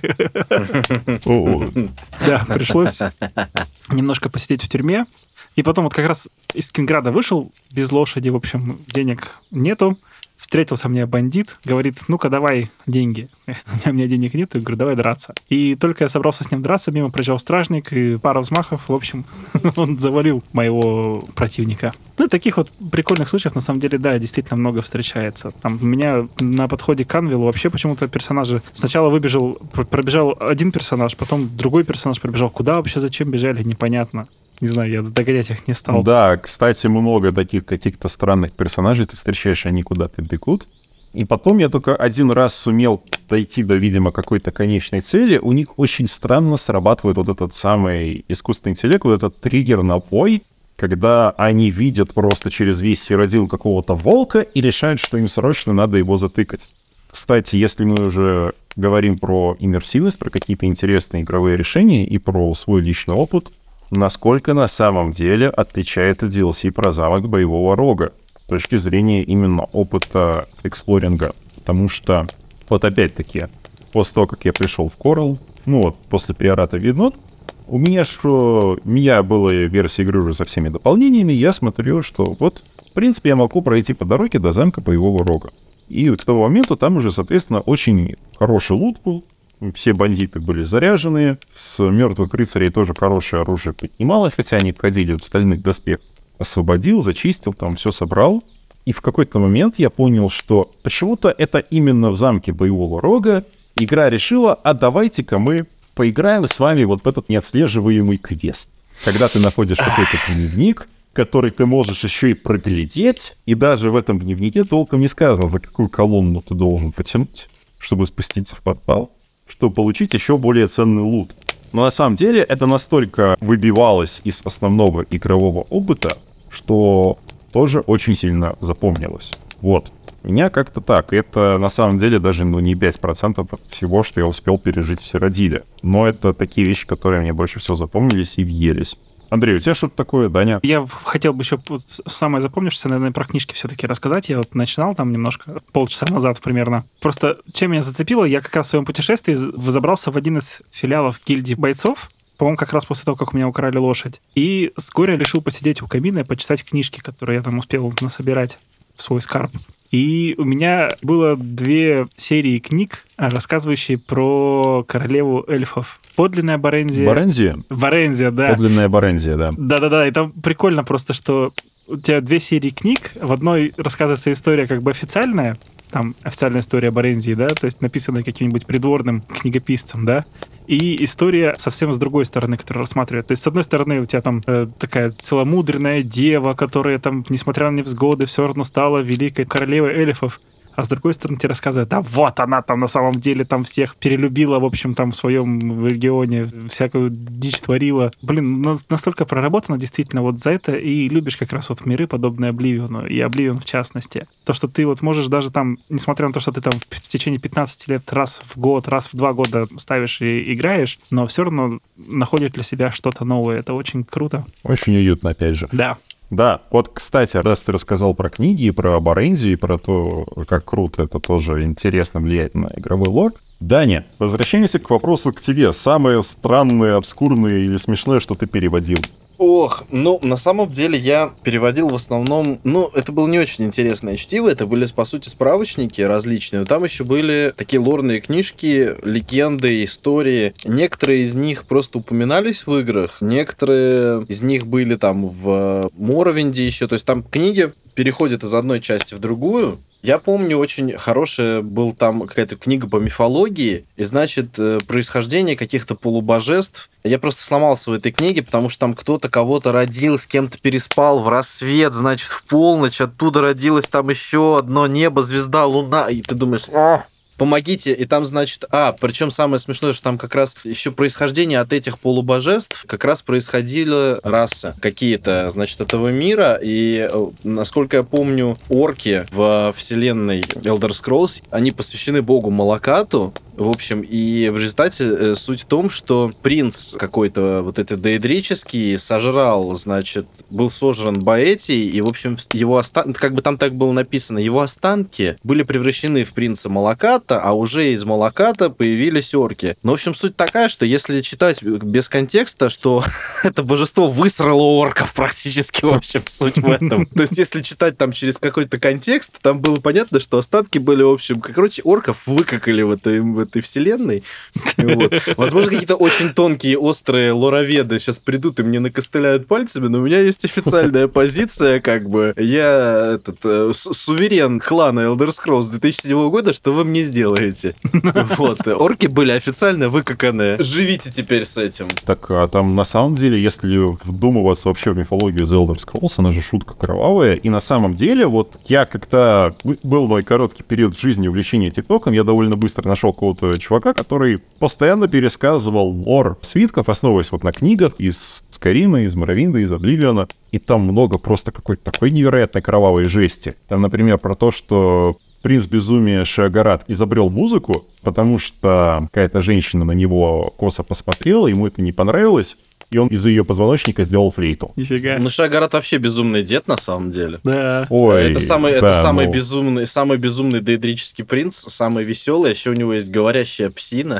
Да, пришлось немножко посидеть в тюрьме. И потом вот как раз из Скинграда вышел без лошади, в общем, денег нету. Встретился мне бандит, говорит, ну-ка давай деньги. У меня денег нет, я говорю, давай драться. И только я собрался с ним драться, мимо проезжал стражник, и пара взмахов, в общем, он завалил моего противника. Ну, таких вот прикольных случаев, на самом деле, да, действительно много встречается. Там у меня на подходе к Анвилу вообще почему-то персонажи... Сначала выбежал, пробежал один персонаж, потом другой персонаж пробежал. Куда вообще, зачем бежали, непонятно. Не знаю, я догонять их не стал. Да, кстати, много таких каких-то странных персонажей ты встречаешь, они куда-то бегут. И потом я только один раз сумел дойти до, видимо, какой-то конечной цели. У них очень странно срабатывает вот этот самый искусственный интеллект, вот этот триггер на бой, когда они видят просто через весь сиродил какого-то волка и решают, что им срочно надо его затыкать. Кстати, если мы уже говорим про иммерсивность, про какие-то интересные игровые решения и про свой личный опыт, насколько на самом деле отличается ди эл си про замок Боевого Рога с точки зрения именно опыта эксплоринга. Потому что, вот опять-таки, после того, как я пришел в Коралл, ну вот, после приората Вейнон, у меня что, у меня была версия игры уже со всеми дополнениями, я смотрю, что вот, в принципе, я могу пройти по дороге до замка Боевого Рога. И к тому моменту там уже, соответственно, очень хороший лут был, все бандиты были заряжены, с мертвых рыцарей тоже хорошее оружие поднималось, хотя они входили в стальных доспехах. Освободил, зачистил, там все собрал. И в какой-то момент я понял, что почему-то это именно в замке Боевого Рога игра решила, а давайте-ка мы поиграем с вами вот в этот неотслеживаемый квест. Когда ты находишь какой-то дневник, который ты можешь еще и проглядеть, и даже в этом дневнике толком не сказано, за какую колонну ты должен потянуть, чтобы спуститься в портал, чтобы получить еще более ценный лут. Но на самом деле это настолько выбивалось из основного игрового опыта, что тоже очень сильно запомнилось. Вот. У меня как-то так. Это на самом деле даже ну, не пять процентов от всего, что я успел пережить в Сиродиле. Но это такие вещи, которые мне больше всего запомнились и въелись. Андрей, у тебя что-то такое, Даня? Я хотел бы еще самое запомнившееся, наверное, про книжки все-таки рассказать. Я вот начинал там немножко, полчаса назад примерно. Просто чем меня зацепило, я как раз в своем путешествии забрался в один из филиалов гильдии бойцов, по-моему, как раз после того, как у меня украли лошадь. И с горя решил посидеть у камина и почитать книжки, которые я там успел насобирать в свой скарб. И у меня было две серии книг, рассказывающие про королеву эльфов. Подлинная Борензия. Борензия? Борензия, да. Подлинная Борензия, да. Да-да-да, и там прикольно просто, что у тебя две серии книг, в одной рассказывается история как бы официальная, там официальная история Борензии, да, то есть написанная каким-нибудь придворным книгописцем, да, и история совсем с другой стороны, которая рассматривает. То есть, с одной стороны, у тебя там э, такая целомудренная дева, которая там, несмотря на невзгоды, все равно стала великой королевой эльфов. А с другой стороны, тебе рассказывают, да вот она там на самом деле там всех перелюбила, в общем, там в своем регионе, всякую дичь творила. Блин, настолько проработано действительно вот за это, и любишь как раз вот миры, подобные Обливиону, и Обливион в частности. То, что ты вот можешь даже там, несмотря на то, что ты там в течение пятнадцати лет раз в год, раз в два года ставишь и играешь, но все равно находишь для себя что-то новое. Это очень круто. Очень уютно, опять же. Да. Да, вот, кстати, раз ты рассказал про книги, и про Борензию, и про то, как круто это тоже интересно влияет на игровой лор. Даня, возвращаемся к вопросу к тебе. Самое странное, обскурное или смешное, что ты переводил? Ох, ну, на самом деле я переводил в основном... Ну, это было не очень интересное чтиво, это были, по сути, справочники различные, но там еще были такие лорные книжки, легенды, истории. Некоторые из них просто упоминались в играх, некоторые из них были там в Моровинде еще, то есть там книги переходят из одной части в другую. Я помню, очень хорошая был там какая-то книга по мифологии, и, значит, происхождение каких-то полубожеств. Я просто сломался в этой книге, потому что там кто-то кого-то родил, с кем-то переспал в рассвет, значит, в полночь, оттуда родилось там еще одно небо, звезда, луна, и ты думаешь... Помогите, и там, значит, а, причем самое смешное, что там как раз еще происхождение от этих полубожеств как раз происходили расы какие-то, значит, этого мира, и, насколько я помню, орки в вселенной Elder Scrolls, они посвящены богу Малакату, в общем, и в результате э, суть в том, что принц какой-то вот этот доэдрический сожрал, значит, был сожран Боэтией, и, в общем, его останки, как бы там так было написано, его останки были превращены в принца Малаката, а уже из Малаката появились орки. Но, в общем, суть такая, что если читать без контекста, что это божество высрало орков практически, в общем, суть в этом. То есть, если читать там через какой-то контекст, там было понятно, что остатки были, в общем, короче, орков выкакали в этой, в этой вселенной. Вот. Возможно, какие-то очень тонкие, острые лороведы сейчас придут и мне накостыляют пальцами, но у меня есть официальная позиция, как бы, я этот, э, суверен клана Elder Scrolls две тысячи седьмого года, что вы мне сделаете? Вот. Орки были официально выкаканы. Живите теперь с этим. Так, а там на самом деле, если вдумываться вообще в мифологию The Elder Scrolls, она же шутка кровавая, и на самом деле, вот я когда был мой короткий период в жизни увлечения ТикТоком, я довольно быстро нашел кого-то чувака, который постоянно пересказывал лор свитков, основываясь вот на книгах из Скайрима, из Моровинда, из Обливиона, и там много просто какой-то такой невероятной кровавой жести. Там, например, про то, что принц безумия Шиагарат изобрел музыку, потому что какая-то женщина на него косо посмотрела, ему это не понравилось, и он из ее позвоночника сделал флейту. Нифига. Ну, Шиагарат вообще безумный дед, на самом деле. Да. Ой, это самый, да, это самый ну... безумный, самый безумный деэдрический принц, самый веселый. Еще у него есть говорящая псина.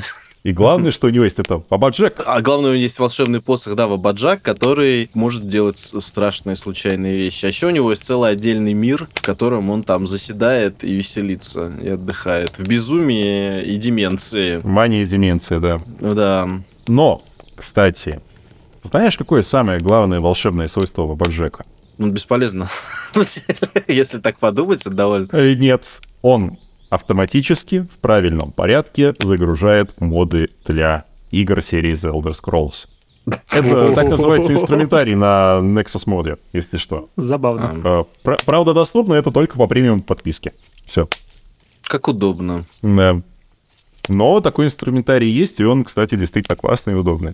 И главное, что у него есть это Вабаджак. А главное, у него есть волшебный посох, да, Вабаджак, который может делать страшные случайные вещи. А еще у него есть целый отдельный мир, в котором он там заседает и веселится, и отдыхает. В безумии и деменции. Мания и деменция, да. Да. Но, кстати, знаешь, какое самое главное волшебное свойство Вабаджака? Он бесполезно. Если так подумать, это довольно... Э, Нет, он автоматически в правильном порядке загружает моды для игр серии The Elder Scrolls. Это так называется инструментарий на Nexus моде, если что. Забавно. Э, пр- Правда, доступно это только по премиум подписке. Все. Как удобно. Да. Но такой инструментарий есть, и он, кстати, действительно классный и удобный.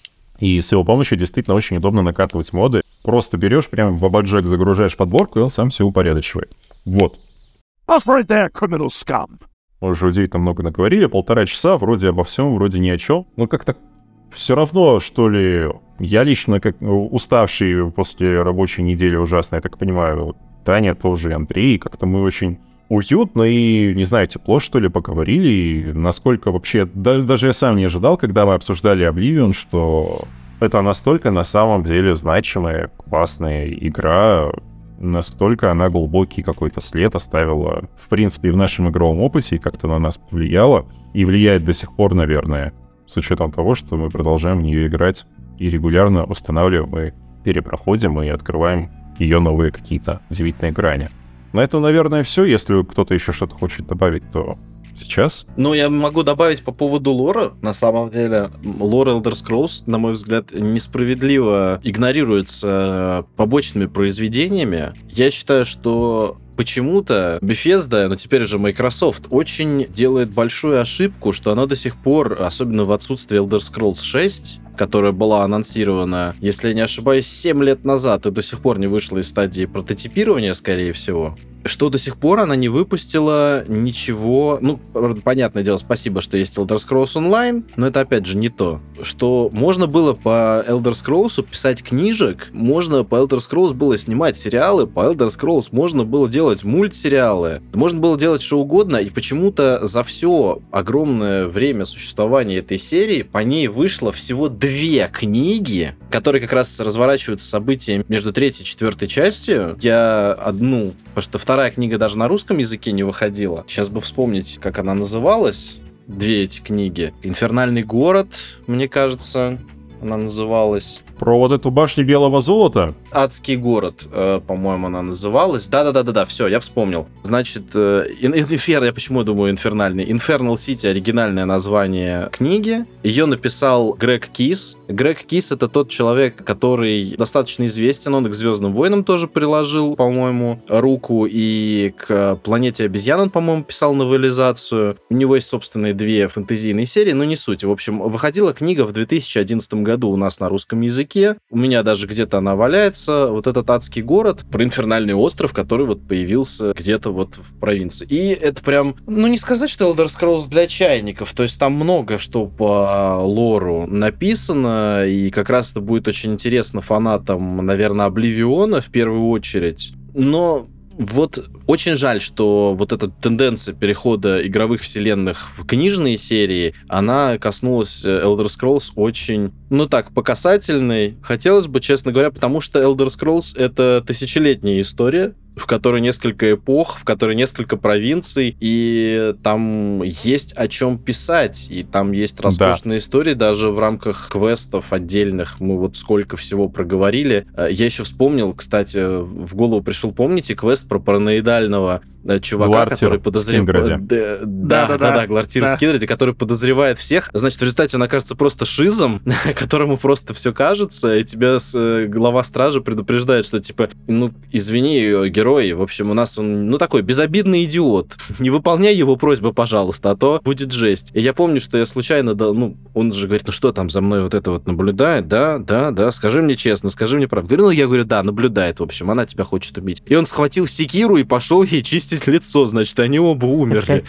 И с его помощью действительно очень удобно накатывать моды. Просто берешь, прям в Вабаджак загружаешь подборку, и он сам все упорядочивает. Вот. That's right there, criminal scum. Мы уже удивительно много наговорили. Полтора часа, вроде обо всем, вроде ни о чем. Но как-то все равно, что ли, я лично, как уставший после рабочей недели ужасно, я так понимаю, Таня тоже, и Андрей, как-то мы очень уютно и, не знаю, тепло, что ли, поговорили. И насколько вообще... Да, даже я сам не ожидал, когда мы обсуждали Oblivion, что это настолько на самом деле значимая, классная игра, настолько она глубокий какой-то след оставила, в принципе, в нашем игровом опыте, и как-то на нас повлияла, и влияет до сих пор, наверное, с учетом того, что мы продолжаем в нее играть и регулярно устанавливаем и перепроходим, и открываем ее новые какие-то удивительные грани. На этом, наверное, все. Если кто-то еще что-то хочет добавить, то сейчас. Ну, я могу добавить по поводу лора. На самом деле, лор Elder Scrolls, на мой взгляд, несправедливо игнорируется побочными произведениями. Я считаю, что почему-то Bethesda, но теперь же Microsoft, очень делает большую ошибку, что она до сих пор, особенно в отсутствии Elder Scrolls шесть, которая была анонсирована, если я не ошибаюсь, семь лет назад и до сих пор не вышла из стадии прототипирования, скорее всего, что до сих пор она не выпустила ничего. Ну, понятное дело, спасибо, что есть Elder Scrolls Online, но это, опять же, не то. Что можно было по Elder Scrolls писать книжек, можно по Elder Scrolls было снимать сериалы, по Elder Scrolls можно было делать мультсериалы, можно было делать что угодно, и почему-то за все огромное время существования этой серии по ней вышло всего две книги, которые как раз разворачиваются события между третьей и четвертой частью. Я одну, потому что вторая Вторая книга даже на русском языке не выходила. Сейчас бы вспомнить, как она называлась. Две эти книги. «Инфернальный город», мне кажется, она называлась. Про вот эту башню белого золота? «Адский город», э, по-моему, она называлась. Да-да-да-да, все, я вспомнил. Значит, э, Инфер, я почему думаю инфернальный? Infernal City — оригинальное название книги. Ее написал Грег Кис. Грег Кис — это тот человек, который достаточно известен. Он к «Звездным войнам» тоже приложил, по-моему, руку. И к «Планете обезьян» он, по-моему, писал новелизацию. У него есть собственные две фэнтезийные серии, но не суть. В общем, выходила книга в две тысячи одиннадцатом году у нас на русском языке. У меня даже где-то она валяется. Вот этот адский город про инфернальный остров, который вот появился где-то вот в провинции. И это прям, ну не сказать, что Elder Scrolls для чайников. То есть там много что по лору написано. И как раз это будет очень интересно фанатам, наверное, Обливиона в первую очередь. Но вот очень жаль, что вот эта тенденция перехода игровых вселенных в книжные серии, она коснулась Elder Scrolls очень, ну так, по касательной. Хотелось бы, честно говоря, потому что Elder Scrolls — это тысячелетняя история, в которой несколько эпох, в которой несколько провинций, и там есть о чем писать, и там есть роскошные да. истории даже в рамках квестов отдельных. Мы вот сколько всего проговорили. Я еще вспомнил, кстати, в голову пришел, помните, квест про параноидального чувака, Глартир который подозревает... Да, да, да, да, Глартир да. в Скинреде, который подозревает всех. Значит, в результате он окажется просто шизом, которому просто все кажется, и тебя с, глава стражи предупреждает, что типа, ну, извини, герой, в общем, у нас он, ну, такой безобидный идиот. Не выполняй его просьбы, пожалуйста, а то будет жесть. И я помню, что я случайно, да, ну, он же говорит, ну что там за мной вот это вот наблюдает? Да, да, да, скажи мне честно, скажи мне правду. Говорю, ну, я говорю, да, наблюдает, в общем, она тебя хочет убить. И он схватил секиру и пошел ей чистить выпустить лицо, значит, они оба умерли.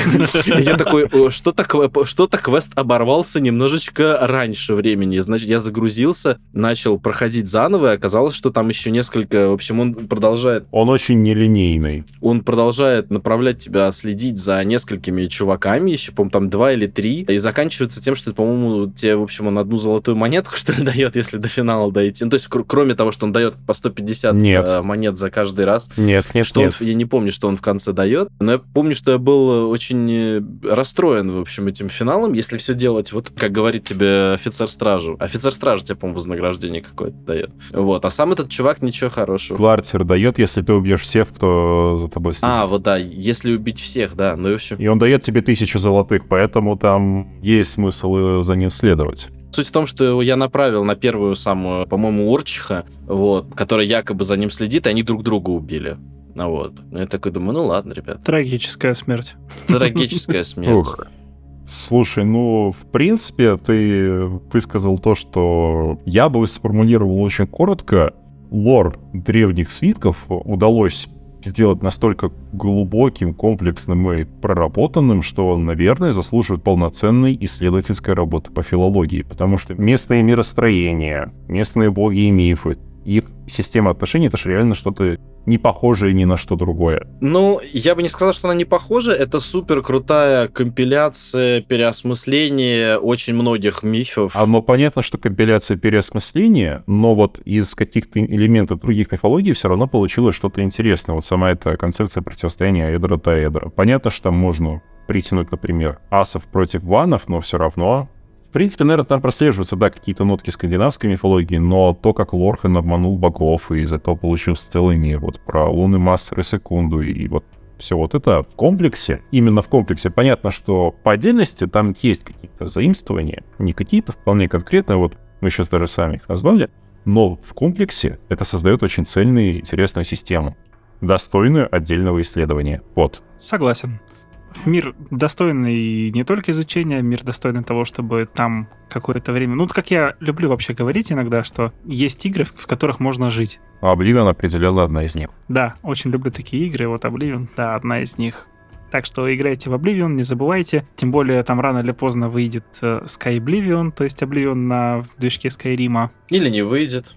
Я такой, что-то квест оборвался немножечко раньше времени. Значит, я загрузился, начал проходить заново, и оказалось, что там еще несколько... В общем, он продолжает... Он очень нелинейный. Он продолжает направлять тебя, следить за несколькими чуваками, еще, по-моему, там два или три, и заканчивается тем, что, по-моему, тебе, в общем, он одну золотую монетку, что ли, дает, если до финала дойти. Ну, то есть, кр- кроме того, что он дает по сто пятьдесят э, монет за каждый раз. Нет, нет, что нет. Он, я не помню, что он в конце дает, но я помню, что я был очень расстроен, в общем, этим финалом, если все делать, вот, как говорит тебе офицер стражи. Офицер стражи тебе, по-моему, вознаграждение какое-то дает. Вот. А сам этот чувак ничего хорошего. Клартер дает, если ты убьешь всех, кто за тобой следит. А, вот да, если убить всех, да, ну и все. И он дает тебе тысячу золотых, поэтому там есть смысл за ним следовать. Суть в том, что я направил на первую самую, по-моему, Орчиха, вот, которая якобы за ним следит, и они друг друга убили. Ну вот. Я такой думаю, ну ладно, ребят. Трагическая смерть. Трагическая смерть. Ух. Слушай, ну, в принципе, ты высказал то, что я бы сформулировал очень коротко. Лор древних свитков удалось сделать настолько глубоким, комплексным и проработанным, что он, наверное, заслуживает полноценной исследовательской работы по филологии, потому что местное миростроение, местные боги и мифы, их система отношений — это же реально что-то не похожее ни на что другое. Ну, я бы не сказал, что она не похожа. Это супер крутая компиляция, переосмысление очень многих мифов. Оно понятно, что компиляция переосмысления, но вот из каких-то элементов других мифологий все равно получилось что-то интересное. Вот сама эта концепция противостояния эдра-таэдра. Понятно, что там можно притянуть, например, асов против ванов, но все равно... В принципе, наверное, там прослеживаются, да, какие-то нотки скандинавской мифологии, но то, как Лорхан обманул богов, и из этого получился целый мир, вот про луны Массер и Секунду, и вот все вот это в комплексе, именно в комплексе, понятно, что по отдельности там есть какие-то заимствования, не какие-то вполне конкретные, вот мы сейчас даже сами их назвали, но в комплексе это создает очень цельную и интересную систему, достойную отдельного исследования. Вот. Согласен. Мир достойный не только изучения, мир достойный того, чтобы там какое-то время... Ну, как я люблю вообще говорить иногда, что есть игры, в которых можно жить. Oblivion определенно одна из них. Да, очень люблю такие игры. Вот Oblivion, да, одна из них. Так что играйте в Oblivion, не забывайте. Тем более там рано или поздно выйдет э, Skyblivion, то есть Oblivion на движке Skyrim. Или не выйдет.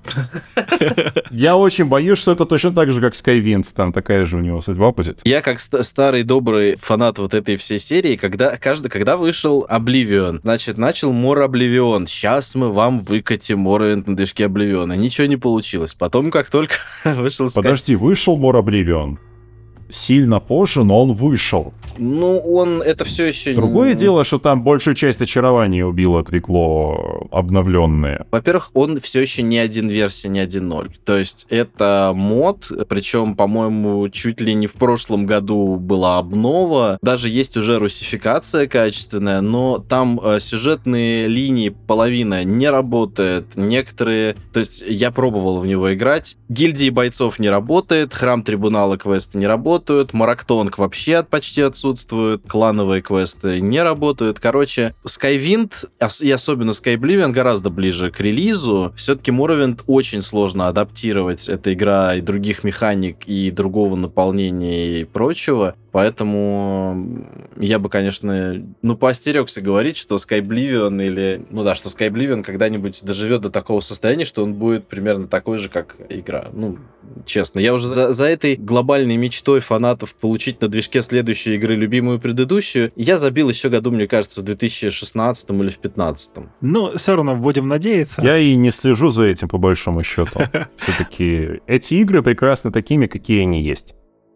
Я очень боюсь, что это точно так же, как Skywind. Там такая же у него судьба будет. Я как ст- старый добрый фанат вот этой всей серии, когда, каждый, когда вышел Oblivion, значит, начал More Oblivion. Сейчас мы вам выкатим Morrowind на движке Oblivion. Ничего не получилось. Потом, как только вышел Sky... Подожди, вышел More Oblivion? Сильно позже, но он вышел. Ну, он это все еще... Другое дело, что там большую часть очарования убило, отвлекло обновленное. Во-первых, он все еще не один версия, не один ноль. То есть это мод, причем, по-моему, чуть ли не в прошлом году была обнова. Даже есть уже русификация качественная, но там э, сюжетные линии половина не работает. Некоторые... То есть я пробовал в него играть. Гильдии бойцов не работает, храм трибунала квеста не работает, Морактонг вообще почти отсутствует, клановые квесты не работают. Короче, Skywind и особенно Skyblivion гораздо ближе к релизу. Все-таки Morrowind очень сложно адаптировать. Это игра и других механик, и другого наполнения и прочего. Поэтому я бы, конечно, ну, поостерегся говорить, что Skyblivion или... Ну да, что Skyblivion когда-нибудь доживет до такого состояния, что он будет примерно такой же, как игра. Ну, честно. Я уже за, за этой глобальной мечтой фанатов получить на движке следующей игры любимую предыдущую, я забил еще году, мне кажется, в две тысячи шестнадцатом или в две тысячи пятнадцатом. Ну, все равно будем надеяться. Я и не слежу за этим, по большому счету. Все-таки эти игры прекрасны такими, какие они есть.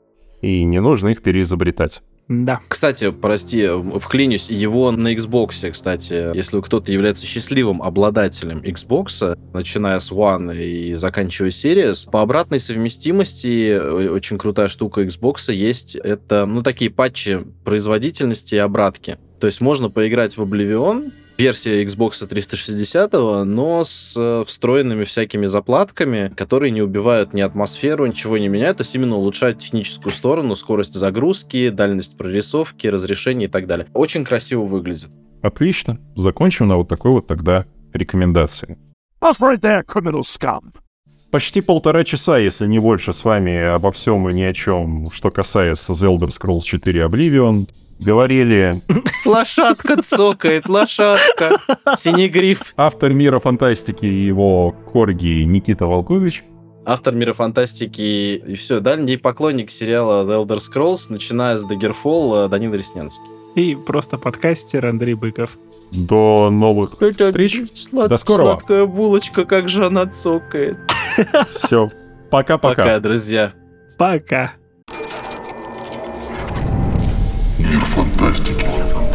И не нужно их переизобретать. Да. Кстати, прости, вклинюсь, его на Xbox, кстати, если кто-то является счастливым обладателем Xbox, начиная с One и заканчивая Series, по обратной совместимости очень крутая штука Xbox есть, это, ну, такие патчи производительности и обратки. То есть можно поиграть в Oblivion, версия Xbox триста шестьдесят, но с встроенными всякими заплатками, которые не убивают ни атмосферу, ничего не меняют, то есть именно улучшают техническую сторону, скорость загрузки, дальность прорисовки, разрешение и так далее. Очень красиво выглядит. Отлично. Закончим на вот такой вот тогда рекомендации. Off right there, criminal scum. Почти полтора часа, если не больше, с вами обо всем и ни о чем, что касается The Elder Scrolls четыре Oblivion. Говорили Лошадка цокает, лошадка. Синегриф. автор мира фантастики и его корги Никита Волкович. Автор мира фантастики и все, дальний поклонник сериала The Elder Scrolls, начиная с Daggerfall, Данил Реснянский. И просто подкастер Андрей Быков. До новых встреч. Слад- До скорого. Сладкая булочка, как же она цокает. Все. Пока-пока. Пока, друзья. Пока. Мир фантастики.